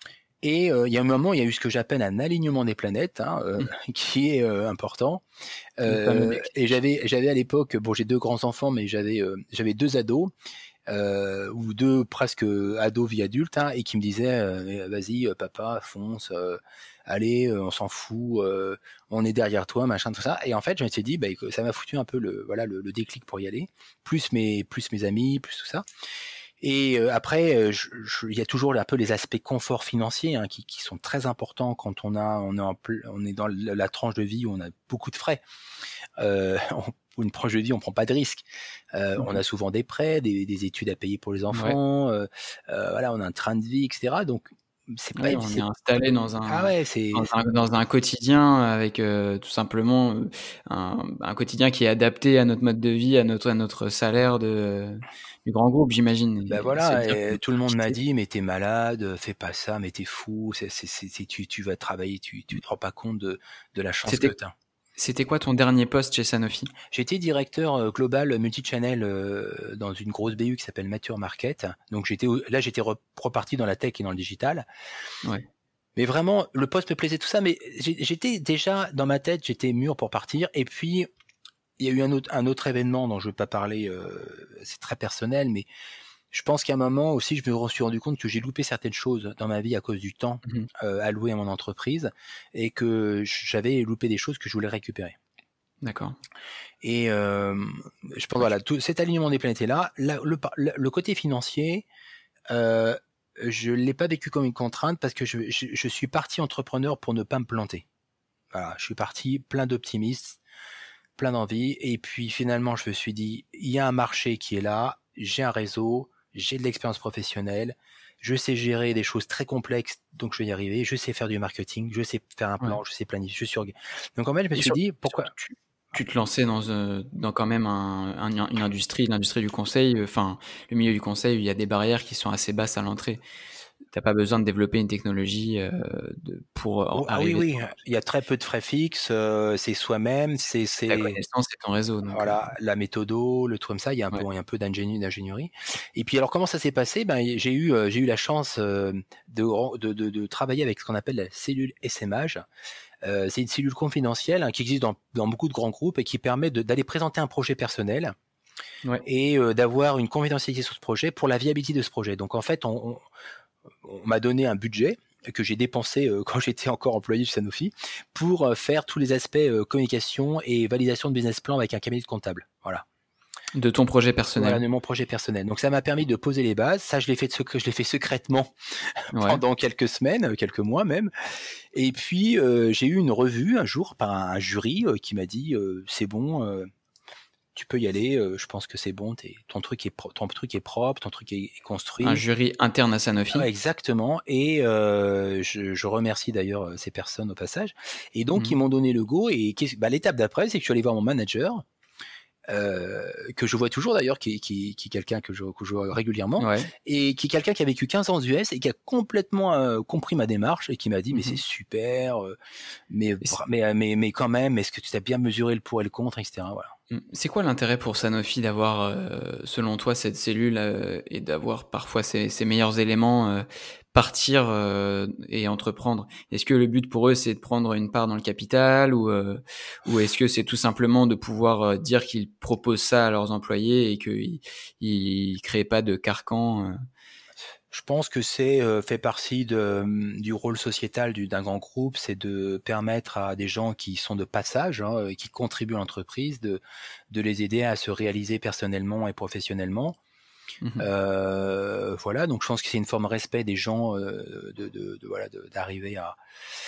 Et euh, il y a un moment, il y a eu ce que j'appelle un alignement des planètes, hein, euh, Mmh. qui est euh, important. Le fameux Euh, et déclic. j'avais j'avais à l'époque, bon, j'ai deux grands enfants, mais j'avais euh, j'avais deux ados. Euh, ou deux presque ados vie adulte, hein, et qui me disaient euh, vas-y papa fonce, euh, allez euh, on s'en fout, euh, on est derrière toi machin tout ça. Et en fait je me suis dit bah, ça m'a foutu un peu le voilà le, le déclic pour y aller, plus mes plus mes amis, plus tout ça. Et euh, après il y a toujours un peu les aspects confort financier, hein, qui, qui sont très importants quand on a on est en, on est dans la, la tranche de vie où on a beaucoup de frais. Euh, on, une proche de vie, on prend pas de risques. Euh, on Mmh. a souvent des prêts, des, des études à payer pour les Ouais. enfants. Euh, euh, voilà, on a un train de vie, et cetera. Donc c'est pas, Ouais, on est c'est, installé dans ah un ouais, c'est, dans un dans un quotidien avec, heu, tout simplement, heu, un un quotidien qui est adapté à notre mode de vie, à notre à notre salaire de du grand groupe, j'imagine ben et se voilà. dire qu'on Et tout peut le monde m'a quitter. dit, mais t'es malade, fais pas ça, mais t'es fou. C'est, c'est, c'est, c'est- tu, tu vas travailler, tu, tu te rends pas compte de, de la chance que C'était t'as. c'était quoi ton dernier poste chez Sanofi? J'étais directeur euh, global multichannel euh, dans une grosse B U qui s'appelle Mature Market. Donc j'étais au- là, j'étais re- reparti dans la tech et dans le digital. Ouais. Mais vraiment, le poste me plaisait tout ça, mais j'ai- j'étais déjà dans ma tête, j'étais mûr pour partir. Et puis, il y a eu un autre, un autre événement dont je ne veux pas parler, euh, c'est très personnel, mais je pense qu'à un moment aussi, je me suis rendu compte que j'ai loupé certaines choses dans ma vie à cause du temps Mmh mh. euh, alloué à mon entreprise et que j'avais loupé des choses que je voulais récupérer. D'accord. Et euh, je pense, Ouais, tu voilà, tout cet alignement des planètes est là. La- le, par- le- le côté financier, euh, je l'ai pas vécu comme une contrainte parce que je, je, je suis parti entrepreneur pour ne pas me planter. Voilà, je suis parti plein d'optimisme, plein d'envie, et puis finalement je me suis dit, il y a un marché qui est là, j'ai un réseau, j'ai de l'expérience professionnelle, je sais gérer des choses très complexes, donc je vais y arriver, je sais faire du marketing, je sais faire un ouais plan, je sais planifier, je suis orga- Donc en fait je me et suis sur dit, pourquoi. surtout tu tu te lançais dans, heu, dans quand même un un une industrie, l'industrie du conseil, heu, enfin, le milieu du conseil, où il y a des barrières qui sont assez basses à l'entrée. Tu as pas besoin de développer une technologie, heu, de pour, heu, Oh, ah oui, arriver oui, sur le marché. il y a très peu de frais fixes, euh, c'est soi-même, C'est c'est, c'est ta c'est connaissance et ton réseau donc heu, voilà, la méthodo, le truc comme ça, il y a un peu, ouais. il y a un peu d'ingénie- d'ingénierie. Et puis alors comment ça s'est passé? Ben j'ai eu, euh, j'ai eu la chance euh, de, de, de, de travailler avec ce qu'on appelle la cellule essaimage. Euh, c'est une cellule confidentielle, hein, qui existe dans, dans beaucoup de grands groupes et qui permet de- d'aller présenter un projet personnel Ouais. et euh, d'avoir une confidentialité sur ce projet pour la viabilité de ce projet. Donc en fait, on, on, on m'a donné un budget que j'ai dépensé euh, quand j'étais encore employé chez Sanofi pour euh, faire tous les aspects euh, communication et validation de business plan avec un cabinet de comptable. Voilà. De ton projet personnel. Voilà, de mon projet personnel. Donc ça m'a permis de poser les bases. Ça, je l'ai fait, de sec- je l'ai fait secrètement Ouais. pendant quelques semaines, quelques mois même. Et puis euh, j'ai eu une revue un jour par un, un jury euh, qui m'a dit euh, c'est bon, euh, tu peux y aller. euh, je pense que c'est bon. T'es, ton truc est pro- ton truc est propre, ton truc est, est Un construit. jury interne à Ah, Sanofi. exactement. Et euh, je, je remercie d'ailleurs euh, ces personnes au passage. Et donc ils Mhm. m'ont donné le go. Et qu'est-ce- bah, l'étape d'après, c'est que je suis allé voir mon manager. Euh, que je vois toujours d'ailleurs, qui, qui, qui est quelqu'un que je, que je vois régulièrement, Ouais. et qui est quelqu'un qui a vécu quinze ans aux U S et qui a complètement euh, compris ma démarche et qui m'a dit mais c'est Mhm. super, euh, mais, Et c'est- mais, mais, mais quand même, est-ce que tu as bien mesuré le pour et le contre, et cetera. Voilà. Mm. C'est quoi l'intérêt pour Sanofi d'avoir, euh, selon toi, cette cellule euh, et d'avoir parfois ses, ses meilleurs éléments euh, partir euh, et entreprendre? Est-ce que le but pour eux, c'est de prendre une part dans le capital ou, euh, ou est-ce que c'est tout simplement de pouvoir euh, dire qu'ils proposent ça à leurs employés et qu'ils ne créent pas de carcan euh Je pense que c'est euh, fait partie de, du rôle sociétal du, d'un grand groupe, c'est de permettre à des gens qui sont de passage, hein, et qui contribuent à l'entreprise, de, de les aider à se réaliser personnellement et professionnellement. Mhm. Euh, voilà, donc je pense que c'est une forme de respect des gens, euh, de, de, de, voilà, de, d'arriver à,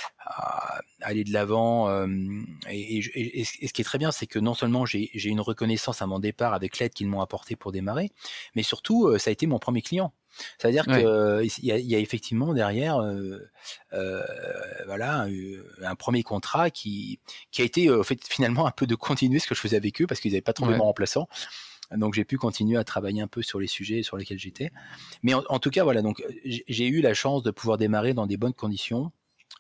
à aller de l'avant. Euh, et, et, et, et ce qui est très bien, c'est que non seulement j'ai, j'ai une reconnaissance à mon départ avec l'aide qu'ils m'ont apporté pour démarrer, mais surtout, euh, ça a été mon premier client. C'est-à-dire Ouais. qu'il y a, y a effectivement derrière, euh, euh, voilà, un, un premier contrat qui, qui a été euh, fait, finalement un peu de continuer ce que je faisais avec eux parce qu'ils n'avaient pas trouvé Ouais. mon remplaçant. Donc j'ai pu continuer à travailler un peu sur les sujets sur lesquels j'étais. Mais en, en tout cas, voilà, donc j'ai eu la chance de pouvoir démarrer dans des bonnes conditions.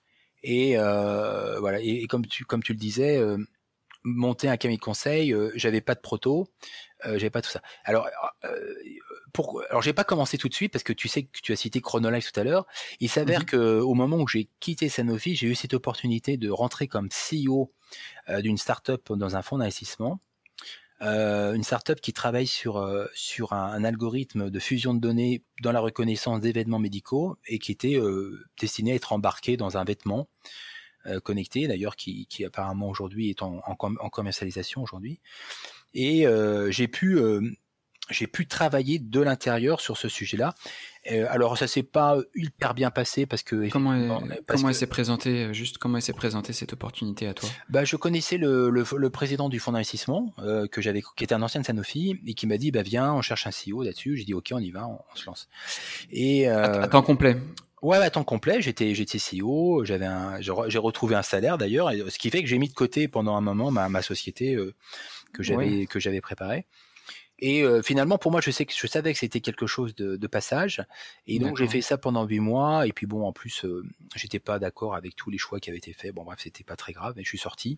Et euh, voilà, et, et comme tu comme tu le disais, euh, monter un cabinet de conseil, euh, j'avais pas de proto, euh, j'avais pas tout ça. Alors euh, pourquoi Alors j'ai pas commencé tout de suite parce que tu sais que tu as cité Chronolife tout à l'heure. Il s'avère Mhm. que au moment où j'ai quitté Sanofi, j'ai eu cette opportunité de rentrer comme C E O euh, d'une start-up dans un fonds d'investissement. Euh, une startup qui travaille sur, euh, sur un, un algorithme de fusion de données dans la reconnaissance d'événements médicaux et qui était euh, destiné à être embarqué dans un vêtement euh, connecté, d'ailleurs, qui, qui apparemment aujourd'hui est en, en, com- en commercialisation aujourd'hui. Et euh, j'ai pu euh, j'ai pu travailler de l'intérieur sur ce sujet-là. Euh, alors ça s'est pas hyper bien passé parce que Comment effectivement, elle, parce comment que elle s'est présentée, euh, juste comment elle s'est présentée cette opportunité à toi? bah, je connaissais le, le, le président du fonds d'investissement euh, que j'avais, qui était un ancien de Sanofi et qui m'a dit bah viens, on cherche un C E O là-dessus. J'ai dit ok, on y va, on, on se lance. Et À, à euh, temps complet. ouais, à temps complet, j'étais j'étais C E O, j'avais un, j'ai re- j'ai retrouvé un salaire d'ailleurs, et ce qui fait que j'ai mis de côté pendant un moment ma, ma société euh, que Oui. j'avais que j'avais préparée. Et euh, finalement, pour moi, je sais que je savais que c'était quelque chose de, de passage, et donc j'ai D'accord. fait ça pendant huit mois. Et puis bon, en plus, euh, j'étais pas d'accord avec tous les choix qui avaient été faits. Bon bref, c'était pas très grave, mais je suis sorti.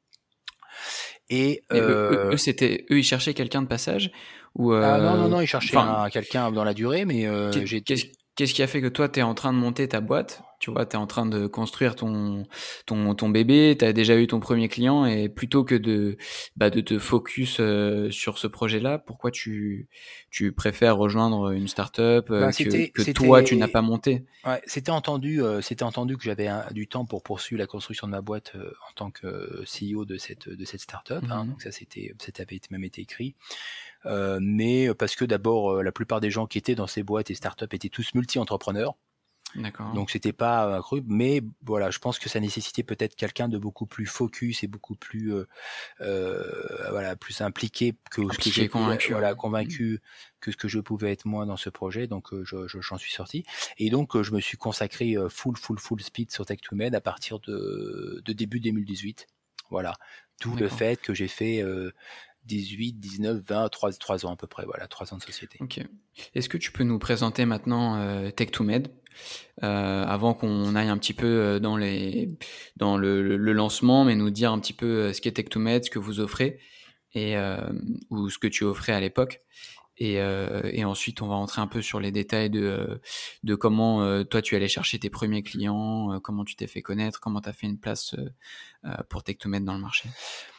Et Et eux, eux, euh, eux, c'était, eux, ils cherchaient quelqu'un de passage ou ah non, non, euh, non, il cherchait enfin, un, quelqu'un dans la durée, mais euh, qu'est- j'ai, qu'est-ce qu'est-ce qui a fait que toi, tu es en train de monter ta boîte? Tu vois, tu es en train de construire ton, ton, ton bébé, tu as déjà eu ton premier client et plutôt que de, bah, de te focus euh, sur ce projet-là, pourquoi tu, tu préfères rejoindre une startup ben euh, que, c'était, que toi, tu n'as c'était, pas monté? ouais, c'était entendu, euh, c'était entendu que j'avais un- du temps pour poursuivre la construction de ma boîte euh, en tant que C E O de cette de cette startup. Hein, Mhm. donc ça, c'était, ça avait été- même été écrit. Euh, mais parce que d'abord, euh, la plupart des gens qui étaient dans ces boîtes et startups étaient tous multi-entrepreneurs. D'accord. Donc c'était pas un cru, mais voilà, je pense que ça nécessitait peut-être quelqu'un de beaucoup plus focus et beaucoup plus euh, euh, voilà, plus impliqué que ce que je Impliqué, pouvais, convaincu, voilà, ouais. Mhm. convaincu que ce que je pouvais être moi dans ce projet. Donc euh, je, je- j'en suis sorti. Et donc euh, je me suis consacré euh, full, full, full speed sur tech to med à partir de, de début deux mille dix-huit. Voilà. D'où le D'accord. fait que j'ai fait euh, dix-huit, dix-neuf, vingt, trois, trois ans à peu près. Voilà, trois ans de société. Ok. Est-ce que tu peux nous présenter maintenant euh, Tech2Med euh, avant qu'on aille un petit peu euh, dans les dans le, le- le lancement, mais nous dire un petit peu euh, ce qu'est Tech2Med, ce que vous offrez et euh, ou ce que tu offrais à l'époque. Et, euh, et ensuite, on va rentrer un peu sur les détails de, euh, de comment euh, toi tu allais chercher tes premiers clients, euh, comment tu t'es fait connaître, comment tu as fait une place euh, euh, pour Tech2Med dans le marché.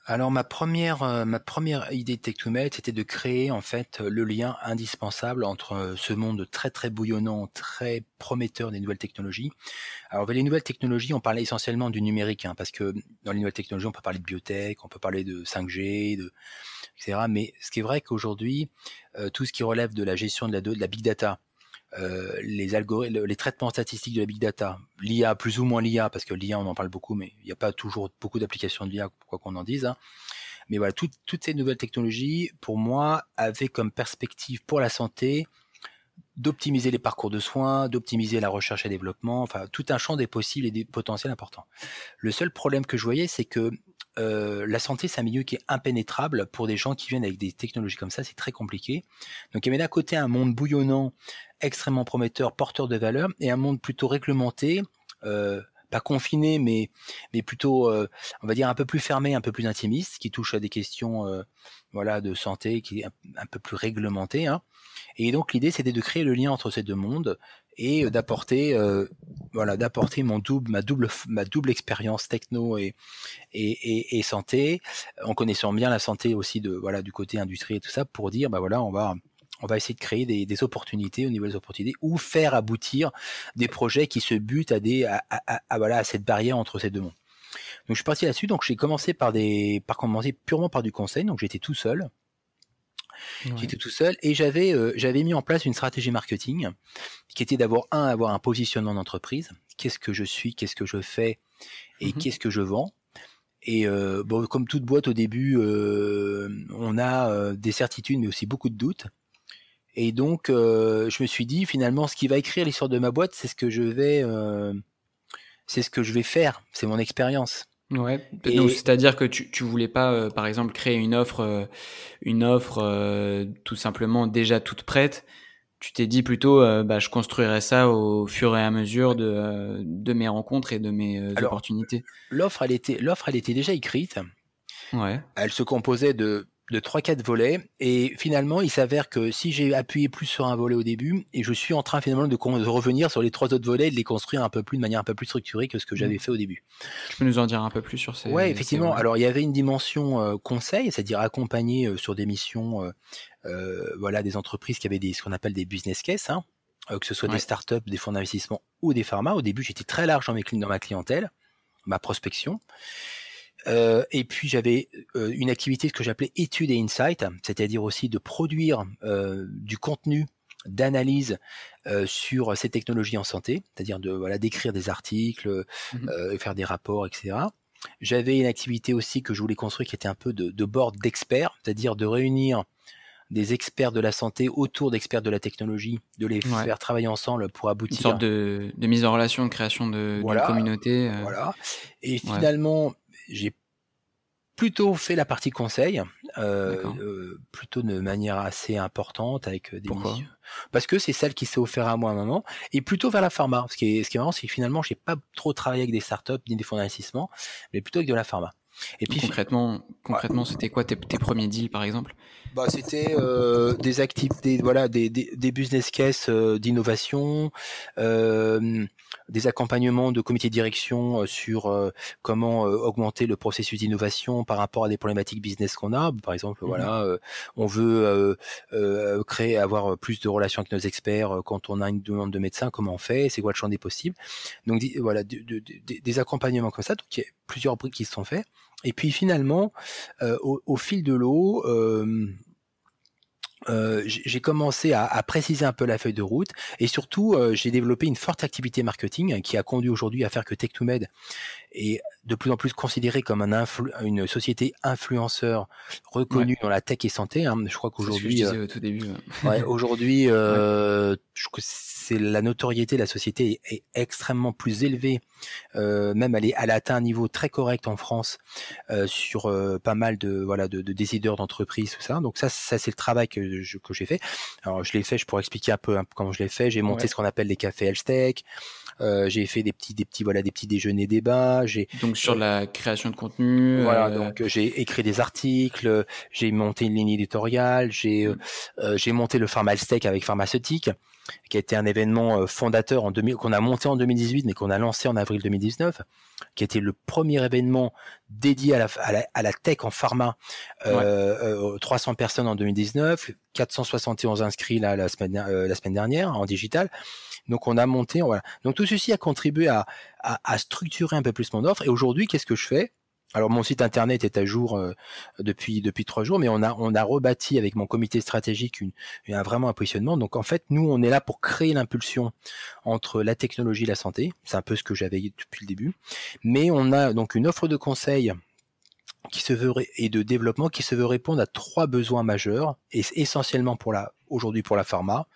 Alors ma première, euh, ma première idée de tech to med, c'était de créer en fait le lien indispensable entre euh, ce monde très très bouillonnant, très prometteur des nouvelles technologies. Alors les nouvelles technologies, on parlait essentiellement du numérique, hein, parce que dans les nouvelles technologies, on peut parler de biotech, on peut parler de cinq G, de, et cetera. Mais ce qui est vrai qu'aujourd'hui, euh, tout ce qui relève de la gestion de la, de la big data, Euh, les algorithmes, les traitements statistiques de la big data, l'I A, plus ou moins l'I A, parce que l'I A on en parle beaucoup, mais il n'y a pas toujours beaucoup d'applications de l'I A, quoi qu'on en dise. Hein. Mais voilà, tout, toutes ces nouvelles technologies, pour moi, avaient comme perspective pour la santé d'optimiser les parcours de soins, d'optimiser la recherche et développement, enfin tout un champ des possibles et des potentiels importants. Le seul problème que je voyais, c'est que euh, la santé, c'est un milieu qui est impénétrable pour des gens qui viennent avec des technologies comme ça, c'est très compliqué. Donc il y avait d'un côté un monde bouillonnant, extrêmement prometteur, porteur de valeur, et un monde plutôt réglementé, euh, pas confiné, mais, mais plutôt, euh, on va dire, un peu plus fermé, un peu plus intimiste, qui touche à des questions euh, voilà, de santé, qui est un, un peu plus réglementé. Hein. Et donc l'idée, c'était de créer le lien entre ces deux mondes et d'apporter, euh, voilà, d'apporter mon double, ma double, ma double expérience techno et, et, et, et santé, en connaissant bien la santé aussi de, voilà, du côté industrie et tout ça, pour dire, bah voilà, on va, on va essayer de créer des, des opportunités, aux nouvelles opportunités, ou faire aboutir des projets qui se butent à des, à, à, à, à voilà, à cette barrière entre ces deux mondes. Donc je suis parti là-dessus. Donc j'ai commencé par des, par commencer purement par du conseil. Donc j'étais tout seul. Ouais. J'étais tout seul et j'avais euh, j'avais mis en place une stratégie marketing qui était d'avoir un avoir un positionnement d'entreprise. Qu'est-ce que je suis, qu'est-ce que je fais et mm-hmm. qu'est-ce que je vends. Et euh, bon, comme toute boîte au début, euh, on a euh, des certitudes mais aussi beaucoup de doutes. Et donc euh, je me suis dit finalement ce qui va écrire l'histoire de ma boîte, c'est ce que je vais euh, c'est ce que je vais faire, c'est mon expérience. Ouais. Et... Donc c'est-à-dire que tu tu voulais pas euh, par exemple créer une offre euh, une offre euh, tout simplement déjà toute prête. Tu t'es dit plutôt euh, bah je construirai ça au fur et à mesure de euh, de mes rencontres et de mes euh, Alors, opportunités. L'offre elle était l'offre elle était déjà écrite. Ouais. Elle se composait de de trois quatre volets et finalement il s'avère que si j'ai appuyé plus sur un volet au début et je suis en train finalement de, de revenir sur les trois autres volets et de les construire un peu plus de manière un peu plus structurée que ce que j'avais mmh. fait au début. Tu peux nous en dire un peu plus sur ces Ouais, effectivement. Ces Alors il y avait une dimension euh, conseil, c'est-à-dire accompagner euh, sur des missions euh, euh, voilà des entreprises qui avaient des ce qu'on appelle des business cases hein, euh, que ce soit ouais. des startups, des fonds d'investissement ou des pharma. Au début, j'étais très large dans mes dans ma clientèle, ma prospection. Euh, et puis j'avais euh, une activité que j'appelais étude et insight, c'est-à-dire aussi de produire euh, du contenu d'analyse euh, sur ces technologies en santé, c'est-à-dire de voilà d'écrire des articles, mmh. euh, faire des rapports, et cetera. J'avais une activité aussi que je voulais construire qui était un peu de, de board d'experts, c'est-à-dire de réunir des experts de la santé autour d'experts de la technologie, de les ouais. faire travailler ensemble pour aboutir. Une sorte de, de mise en relation, de création de, voilà, d'une communauté. Euh... Voilà. Et finalement, ouais. j'ai plutôt fait la partie conseil, euh, euh, plutôt de manière assez importante avec des Pourquoi missions. Parce que c'est celle qui s'est offerte à moi à un moment, et plutôt vers la pharma. Ce qui est, ce qui est marrant, c'est que finalement, j'ai pas trop travaillé avec des startups ni des fonds d'investissement, mais plutôt avec de la pharma. Et puis concrètement, concrètement, ouais. c'était quoi tes, tes premiers deals par exemple? Bah, c'était euh, des activités, voilà, des, des, des business cases euh, d'innovation, euh, des accompagnements de comités de direction euh, sur euh, comment euh, augmenter le processus d'innovation par rapport à des problématiques business qu'on a. Par exemple, mmh. voilà, euh, on veut euh, euh, créer, avoir plus de relations avec nos experts euh, quand on a une demande de médecin. Comment on fait? C'est quoi le champ des possibles? Donc voilà, de, de, de, des accompagnements comme ça. Donc il y a plusieurs briques qui se sont faits. Et puis finalement, euh, au, au fil de l'eau, euh, euh, j'ai commencé à, à préciser un peu la feuille de route et surtout, euh, j'ai développé une forte activité marketing qui a conduit aujourd'hui à faire que tech to med est de plus en plus considérée comme un influ- une société influenceur reconnue ouais. dans la tech et santé. Hein. Je crois qu'aujourd'hui, c'est ce que je disais au tout début. Ouais, aujourd'hui, euh, ouais. je crois que c'est la notoriété de la société est, est extrêmement plus élevée. Euh, même elle, est, elle a atteint un niveau très correct en France euh, sur euh, pas mal de voilà de, de décideurs d'entreprise, tout ça. Donc ça, ça c'est le travail que, je, que j'ai fait. Alors je l'ai fait, je pourrais expliquer un peu hein, comment je l'ai fait. J'ai monté ouais. ce qu'on appelle les cafés Health Tech. Euh, j'ai fait des petits, des petits, voilà, des petits déjeuners débats. J'ai donc sur euh, la création de contenu. Voilà, euh... donc j'ai écrit des articles, j'ai monté une ligne éditoriale, j'ai mmh. euh, j'ai monté le Pharmalstech avec Pharmaceutique, qui a été un événement fondateur en deux mille, qu'on a monté en deux mille dix-huit, mais qu'on a lancé en avril deux mille dix-neuf, qui a été le premier événement dédié à la, à la, à la tech en pharma. Ouais. Euh, euh, trois cents personnes en deux mille dix-neuf, quatre cent soixante et onze inscrits là, la, semaine, euh, la semaine dernière en digital. Donc on a monté, voilà. Donc tout ceci a contribué à, à, à structurer un peu plus mon offre. Et aujourd'hui, qu'est-ce que je fais ? Alors mon site internet est à jour euh, depuis depuis trois jours, mais on a on a rebâti avec mon comité stratégique une, une vraiment un positionnement. Donc en fait, nous on est là pour créer l'impulsion entre la technologie et la santé. C'est un peu ce que j'avais depuis le début. Mais on a donc une offre de conseil qui se veut et de développement qui se veut répondre à trois besoins majeurs et essentiellement pour la aujourd'hui pour la pharma.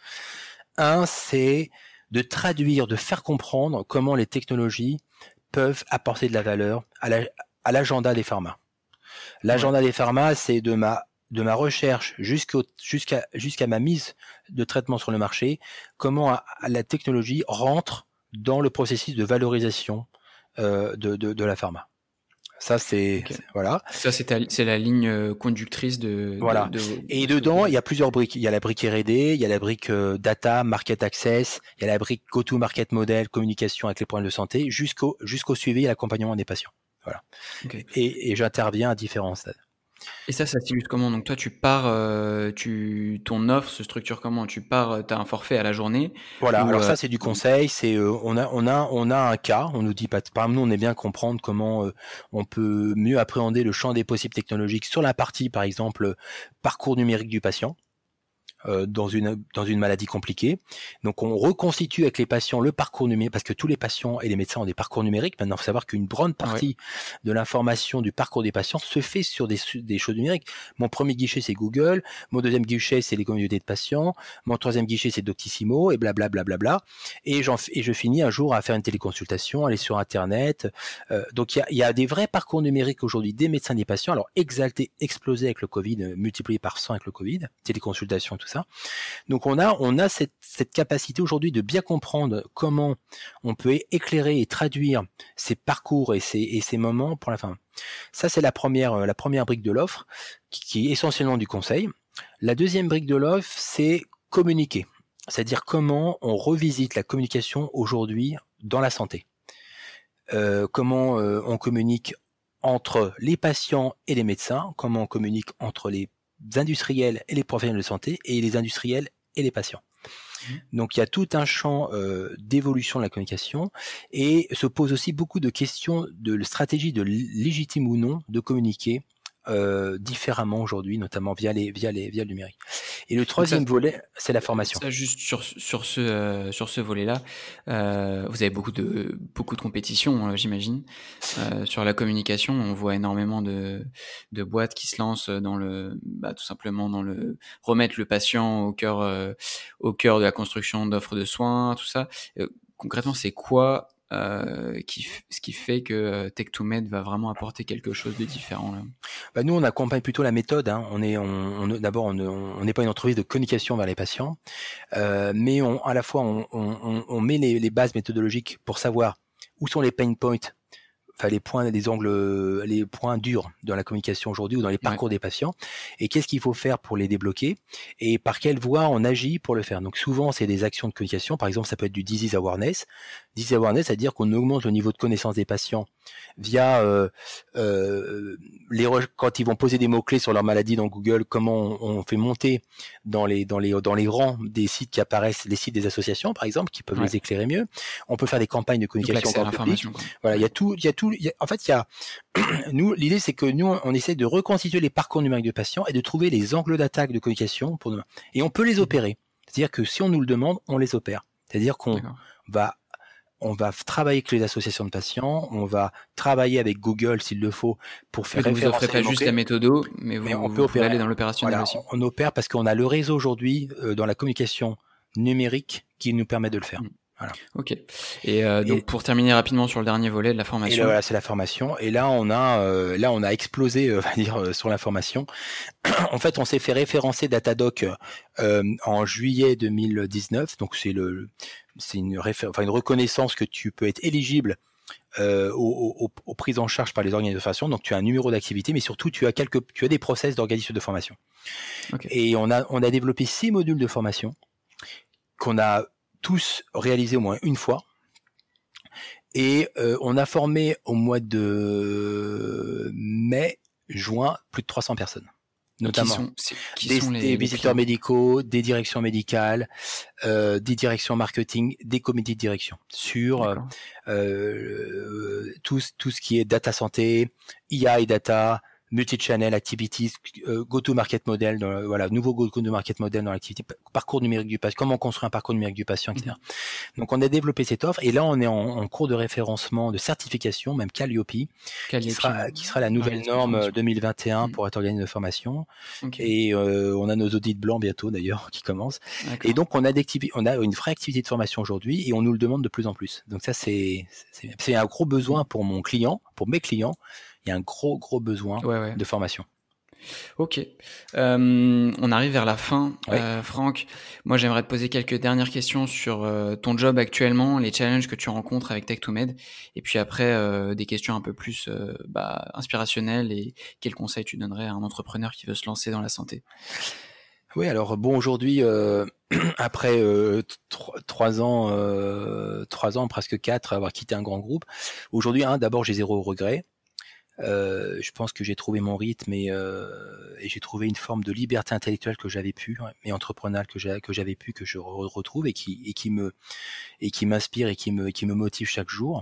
Un, c'est de traduire, de faire comprendre comment les technologies peuvent apporter de la valeur à la à l'agenda des pharmas. L'agenda ouais. des pharmas, c'est de ma de ma recherche jusqu'au, jusqu'à jusqu'à ma mise de traitement sur le marché, comment à, à la technologie rentre dans le processus de valorisation euh, de, de de la pharma. Ça c'est, okay. c'est voilà. Ça c'est, ta, c'est la ligne conductrice de. Voilà. De, de, et de dedans, il y a plusieurs briques. Il y a la brique R et D, il y a la brique euh, data, market access, il y a la brique go-to-market model, communication avec les problèmes de santé, jusqu'au jusqu'au suivi et l'accompagnement des patients. Voilà. Okay. Et, et j'interviens à différents stades. Et ça, ça s'illustre comment ? Donc toi, tu pars, euh, tu, ton offre se structure comment ? Tu pars, tu as un forfait à la journée. Voilà. Ou, alors ça, c'est du conseil. C'est euh, on a, on a, on a un cas. On nous dit pas. Par exemple, nous, on aime bien comprendre comment euh, on peut mieux appréhender le champ des possibles technologiques sur la partie, par exemple, parcours numérique du patient. Euh, dans une dans une maladie compliquée. Donc on reconstitue avec les patients le parcours numérique parce que tous les patients et les médecins ont des parcours numériques. Maintenant, il faut savoir qu'une grande partie ouais. de l'information du parcours des patients se fait sur des des choses numériques. Mon premier guichet c'est Google, mon deuxième guichet c'est les communautés de patients, mon troisième guichet c'est Doctissimo et blablabla bla, bla, bla, et j'en et je finis un jour à faire une téléconsultation, aller sur internet. Euh, donc il y a il y a des vrais parcours numériques aujourd'hui des médecins des patients. Alors exalté, explosé avec le Covid, euh, multiplié par cent avec le Covid, téléconsultation tout ça. Donc on a on a cette, cette capacité aujourd'hui de bien comprendre comment on peut éclairer et traduire ces parcours et ces et ces moments pour la fin. Ça c'est la première la première brique de l'offre qui, qui est essentiellement du conseil. La deuxième brique de l'offre c'est communiquer, c'est-à-dire comment on revisite la communication aujourd'hui dans la santé. Euh, comment euh, on communique entre les patients et les médecins, comment on communique entre les industriels et les professionnels de santé et les industriels et les patients. Mmh. Donc il y a tout un champ euh, d'évolution de la communication et se pose aussi beaucoup de questions de stratégie de légitime ou non de communiquer euh, différemment aujourd'hui, notamment via les via les via le numérique. Et le troisième ça, volet, c'est la formation. Ça juste sur sur ce euh, sur ce volet-là, euh, vous avez beaucoup de beaucoup de compétitions, euh, j'imagine. Euh, sur la communication, on voit énormément de de boîtes qui se lancent dans le bah, tout simplement dans le remettre le patient au cœur euh, au cœur de la construction d'offres de soins, tout ça. Euh, concrètement, c'est quoi Euh, qui f- ce qui fait que euh, Tech to Med va vraiment apporter quelque chose de différent là. Bah nous, on accompagne plutôt la méthode. Hein. On est, on, on, d'abord, on n'est pas une entreprise de communication vers les patients, euh, mais on, à la fois, on, on, on met les, les bases méthodologiques pour savoir où sont les pain points, enfin les points, les angles, les points durs dans la communication aujourd'hui ou dans les parcours ouais. des patients, et qu'est-ce qu'il faut faire pour les débloquer, et par quelle voie on agit pour le faire. Donc souvent, c'est des actions de communication. Par exemple, ça peut être du disease awareness. Disease awareness, c'est-à-dire qu'on augmente le niveau de connaissance des patients via euh, euh, les re- quand ils vont poser des mots clés sur leur maladie dans Google, comment on, on fait monter dans les dans les dans les rangs des sites qui apparaissent, les sites des associations par exemple, qui peuvent ouais. les éclairer mieux. On peut faire des campagnes de communication grand public. Voilà, il y a tout, il y a tout. Y a, en fait, il y a nous l'idée c'est que nous on essaie de reconstituer les parcours numériques de patients et de trouver les angles d'attaque de communication pour demain. Et on peut les opérer. C'est-à-dire que si on nous le demande, on les opère. C'est-à-dire qu'on D'accord. va on va travailler avec les associations de patients, on va travailler avec Google s'il le faut pour faire référencer. Vous n'offrez pas juste la méthodo, mais vous, mais on peut vous opérer. Aller dans l'opérationnel voilà, aussi. On opère parce qu'on a le réseau aujourd'hui euh, dans la communication numérique qui nous permet de le faire. Mmh. Voilà. Ok. Et euh, donc Et, pour terminer rapidement sur le dernier volet de la et formation. là, voilà, c'est la formation. Et là, on a, euh, là, on a explosé, euh, on va dire, euh, sur la formation. En fait, on s'est fait référencer Datadoc euh, en juillet deux mille dix-neuf. Donc, c'est le, c'est une, réfé- enfin, une reconnaissance que tu peux être éligible euh, aux, aux, aux prises en charge par les organismes de formation. Donc, tu as un numéro d'activité, mais surtout, tu as quelques, tu as des process d'organismes de formation. Okay. Et on a, on a développé six modules de formation qu'on a tous réalisés au moins une fois. Et euh, on a formé au mois de mai, juin, plus de trois cents personnes. Notamment qui sont, qui des, sont les, des les visiteurs clients. médicaux, des directions médicales, euh, des directions marketing, des comités de direction sur euh, euh, tout, tout ce qui est data santé, I A et data, multi-channel activities, euh, go-to-market model, dans, voilà, nouveau go-to-market model dans l'activité, parcours numérique du patient, comment construire un parcours numérique du patient, et cetera. Mm-hmm. Donc on a développé cette offre et là on est en, en cours de référencement, de certification, même Calliope, Calliope qui sera, ouais. qui sera la nouvelle norme deux mille vingt et un mm. pour être organisme de formation. Okay. Et euh, on a nos audits blancs bientôt d'ailleurs qui commencent. Et donc on a, on a une vraie activité de formation aujourd'hui et on nous le demande de plus en plus. Donc ça c'est, c'est, c'est un gros besoin pour mon client, pour mes clients. Il y a un gros gros besoin ouais, ouais. de formation. Ok. Euh, on arrive vers la fin, oui. euh, Franck. Moi, j'aimerais te poser quelques dernières questions sur euh, ton job actuellement, les challenges que tu rencontres avec tech to med, et puis après euh, des questions un peu plus euh, bah, inspirationnelles et quels conseils tu donnerais à un entrepreneur qui veut se lancer dans la santé. Oui, alors bon, aujourd'hui, euh, après euh, trois ans, euh, trois ans, presque quatre, avoir quitté un grand groupe, aujourd'hui, hein, d'abord, j'ai zéro regret. Euh, je pense que j'ai trouvé mon rythme et, euh, et j'ai trouvé une forme de liberté intellectuelle que j'avais pu, et entrepreneuriale que j'avais, que j'avais pu, que je re- retrouve et qui, et qui me, et qui m'inspire et qui me, qui me motive chaque jour.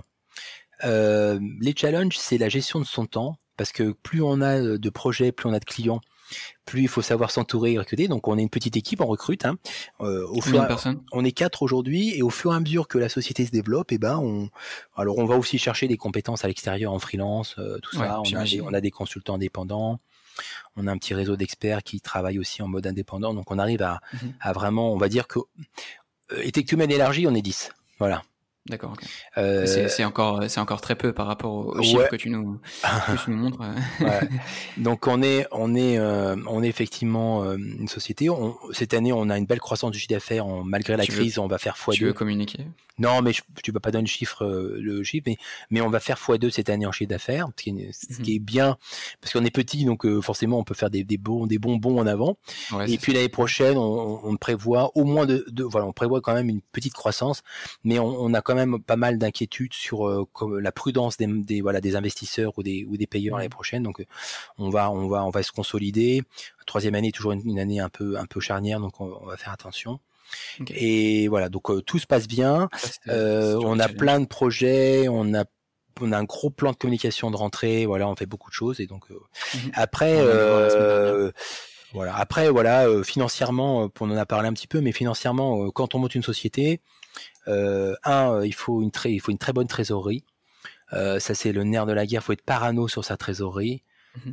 Euh, les challenges, c'est la gestion de son temps, parce que plus on a de projets, plus on a de clients, plus il faut savoir s'entourer et recruter. Donc on est une petite équipe, on recrute. Hein. Euh, au Combien fur, de personnes ? On est quatre aujourd'hui, et au fur et à mesure que la société se développe, et ben on, alors on va aussi chercher des compétences à l'extérieur en freelance, euh, tout ouais, ça. On a, des, on a des consultants indépendants, on a un petit réseau d'experts qui travaillent aussi en mode indépendant. Donc on arrive à, mm-hmm. à vraiment, on va dire que euh, et tech to med élargi, on est dix. Voilà. D'accord. Okay. Euh, c'est, c'est encore, c'est encore très peu par rapport aux, aux chiffres ouais. que tu nous, que tu nous montres. ouais. Donc on est, on est, euh, on est effectivement euh, une société. On, cette année, on a une belle croissance du chiffre d'affaires. On, malgré la tu crise, veux, on va faire fois deux. Tu veux communiquer ? Non, mais je, tu peux pas donner le chiffre, euh, le chiffre, mais, mais on va faire fois deux cette année en chiffre d'affaires, ce qui est, ce qui est bien, parce qu'on est petit, donc euh, forcément on peut faire des, des bons, des bons bons en avant. Ouais, et puis ça. L'année prochaine, on, on prévoit au moins de, de, voilà, on prévoit quand même une petite croissance, mais on, on a quand même pas mal d'inquiétudes sur euh, comme la prudence des, des, voilà, des investisseurs ou des, ou des payeurs mmh. l'année prochaine. Donc on va, on va, on va se consolider. La troisième année est toujours une, une année un peu, un peu charnière, donc on, on va faire attention. Okay. Et voilà, donc euh, tout se passe bien. Ça, euh, on a challenge. Plein de projets, on a on a un gros plan de communication de rentrée. Voilà, on fait beaucoup de choses et donc euh, mm-hmm. après, euh, voilà, après voilà, euh, financièrement, on en a parlé un petit peu, mais financièrement, euh, quand on monte une société, euh, un, il faut une très, il faut une très bonne trésorerie. Euh, ça c'est le nerf de la guerre. Il faut être parano sur sa trésorerie. Mm-hmm.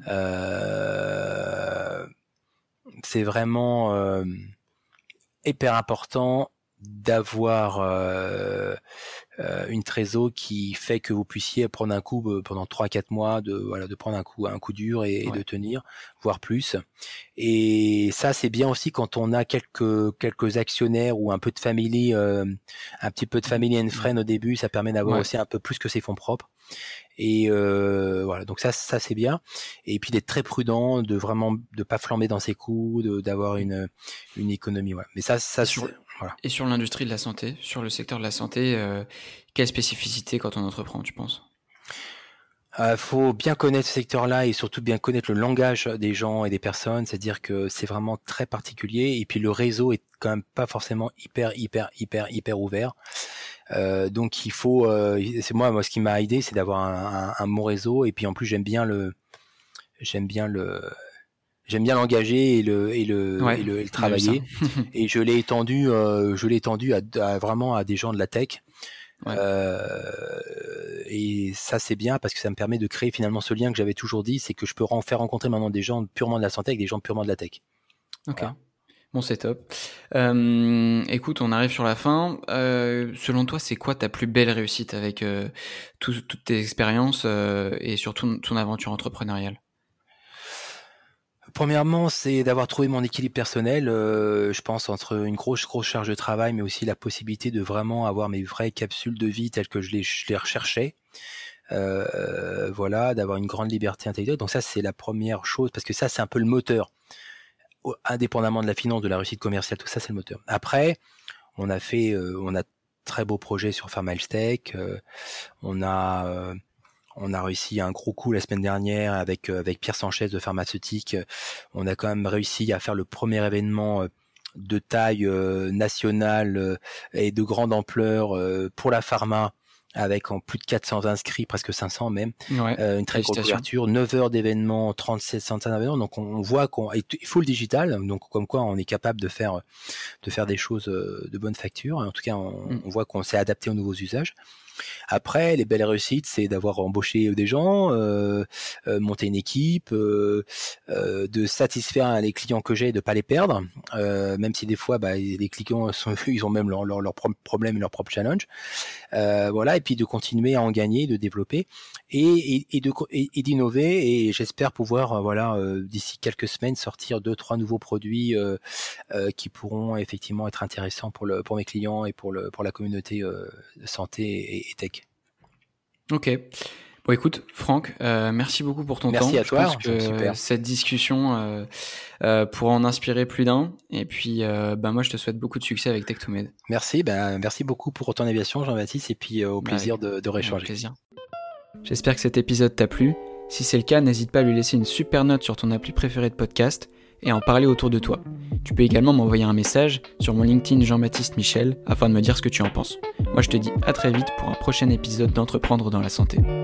Euh, c'est vraiment euh, hyper important d'avoir euh, euh, une trésor qui fait que vous puissiez prendre un coup euh, pendant trois à quatre mois, de voilà, de prendre un coup un coup dur et, ouais. et de tenir, voire plus. Et ça c'est bien aussi quand on a quelques quelques actionnaires ou un peu de family, euh, un petit peu de family and friends au début, ça permet d'avoir ouais. aussi un peu plus que ses fonds propres. Et euh, voilà, donc ça, ça c'est bien. Et puis d'être très prudent, de vraiment de pas flamber dans ses coups, de, d'avoir une une économie. Ouais. Mais ça, ça sur, c'est, voilà. Et sur l'industrie de la santé, sur le secteur de la santé, euh, quelle spécificité quand on entreprend, tu penses ? Il euh, faut bien connaître ce secteur-là et surtout bien connaître le langage des gens et des personnes. C'est-à-dire que c'est vraiment très particulier. Et puis le réseau est quand même pas forcément hyper, hyper, hyper, hyper ouvert. Euh, donc il faut, euh, c'est moi, moi ce qui m'a aidé, c'est d'avoir un, un, un bon réseau et puis en plus j'aime bien le, j'aime bien le, j'aime bien l'engager et le et le ouais, et le, et le travailler et je l'ai étendu, euh, je l'ai étendu à, à vraiment à des gens de la tech ouais. euh, et ça c'est bien parce que ça me permet de créer finalement ce lien que j'avais toujours dit, c'est que je peux faire rencontrer maintenant des gens purement de la santé avec des gens purement de la tech. Ok. Voilà. Bon, c'est top. Euh, écoute, on arrive sur la fin. Euh, selon toi, c'est quoi ta plus belle réussite avec euh, tout, toutes tes expériences euh, et surtout ton aventure entrepreneuriale? Premièrement, c'est d'avoir trouvé mon équilibre personnel, euh, je pense, entre une grosse, grosse charge de travail, mais aussi la possibilité de vraiment avoir mes vraies capsules de vie telles que je les, je les recherchais. Euh, voilà, d'avoir une grande liberté intellectuelle. Donc ça, c'est la première chose, parce que ça, c'est un peu le moteur. Indépendamment de la finance, de la réussite commerciale, tout ça, c'est le moteur. Après, on a fait, euh, on a très beaux projets sur PharmaLtech. Euh, on a, euh, on a réussi un gros coup la semaine dernière avec euh, avec Pierre Sanchez de Pharmaceutique. On a quand même réussi à faire le premier événement euh, de taille euh, nationale euh, et de grande ampleur euh, pour la pharma, avec en plus de quatre cents inscrits, presque cinq cents même, Ouais, euh, une très grosse couverture, neuf heures d'événements, trente-sept centaines d'événements, donc on, on voit qu'on il faut le digital, donc comme quoi on est capable de faire de faire des choses de bonne facture. En tout cas, on, mm. on voit qu'on s'est adapté aux nouveaux usages. Après, les belles réussites, c'est d'avoir embauché des gens, euh, euh, monter une équipe, euh, euh, de satisfaire les clients que j'ai et de pas les perdre, euh, même si des fois, bah, les clients sont, ils ont même leurs leur, leur propres problèmes et leurs propres challenges. Euh, voilà, et puis de continuer à en gagner, de développer et, et, et de et, et d'innover. Et j'espère pouvoir, voilà, euh, d'ici quelques semaines, sortir deux, trois nouveaux produits euh, euh, qui pourront effectivement être intéressants pour le pour mes clients et pour le pour la communauté euh, de santé et, et tech. Ok. Bon, écoute, Franck, euh, merci beaucoup pour ton merci temps. Merci à toi. Je pense que super. Cette discussion euh, euh, pourra en inspirer plus d'un. Et puis, euh, bah, moi, je te souhaite beaucoup de succès avec Tech2Med. Merci. Ben, merci beaucoup pour ton invitation, Jean-Baptiste, et puis euh, au plaisir bah, avec, de, de rééchanger. Avec plaisir. J'espère que cet épisode t'a plu. Si c'est le cas, n'hésite pas à lui laisser une super note sur ton appli préférée de podcast et à en parler autour de toi. Tu peux également m'envoyer un message sur mon LinkedIn Jean-Baptiste Michel afin de me dire ce que tu en penses. Moi, je te dis à très vite pour un prochain épisode d'Entreprendre dans la santé.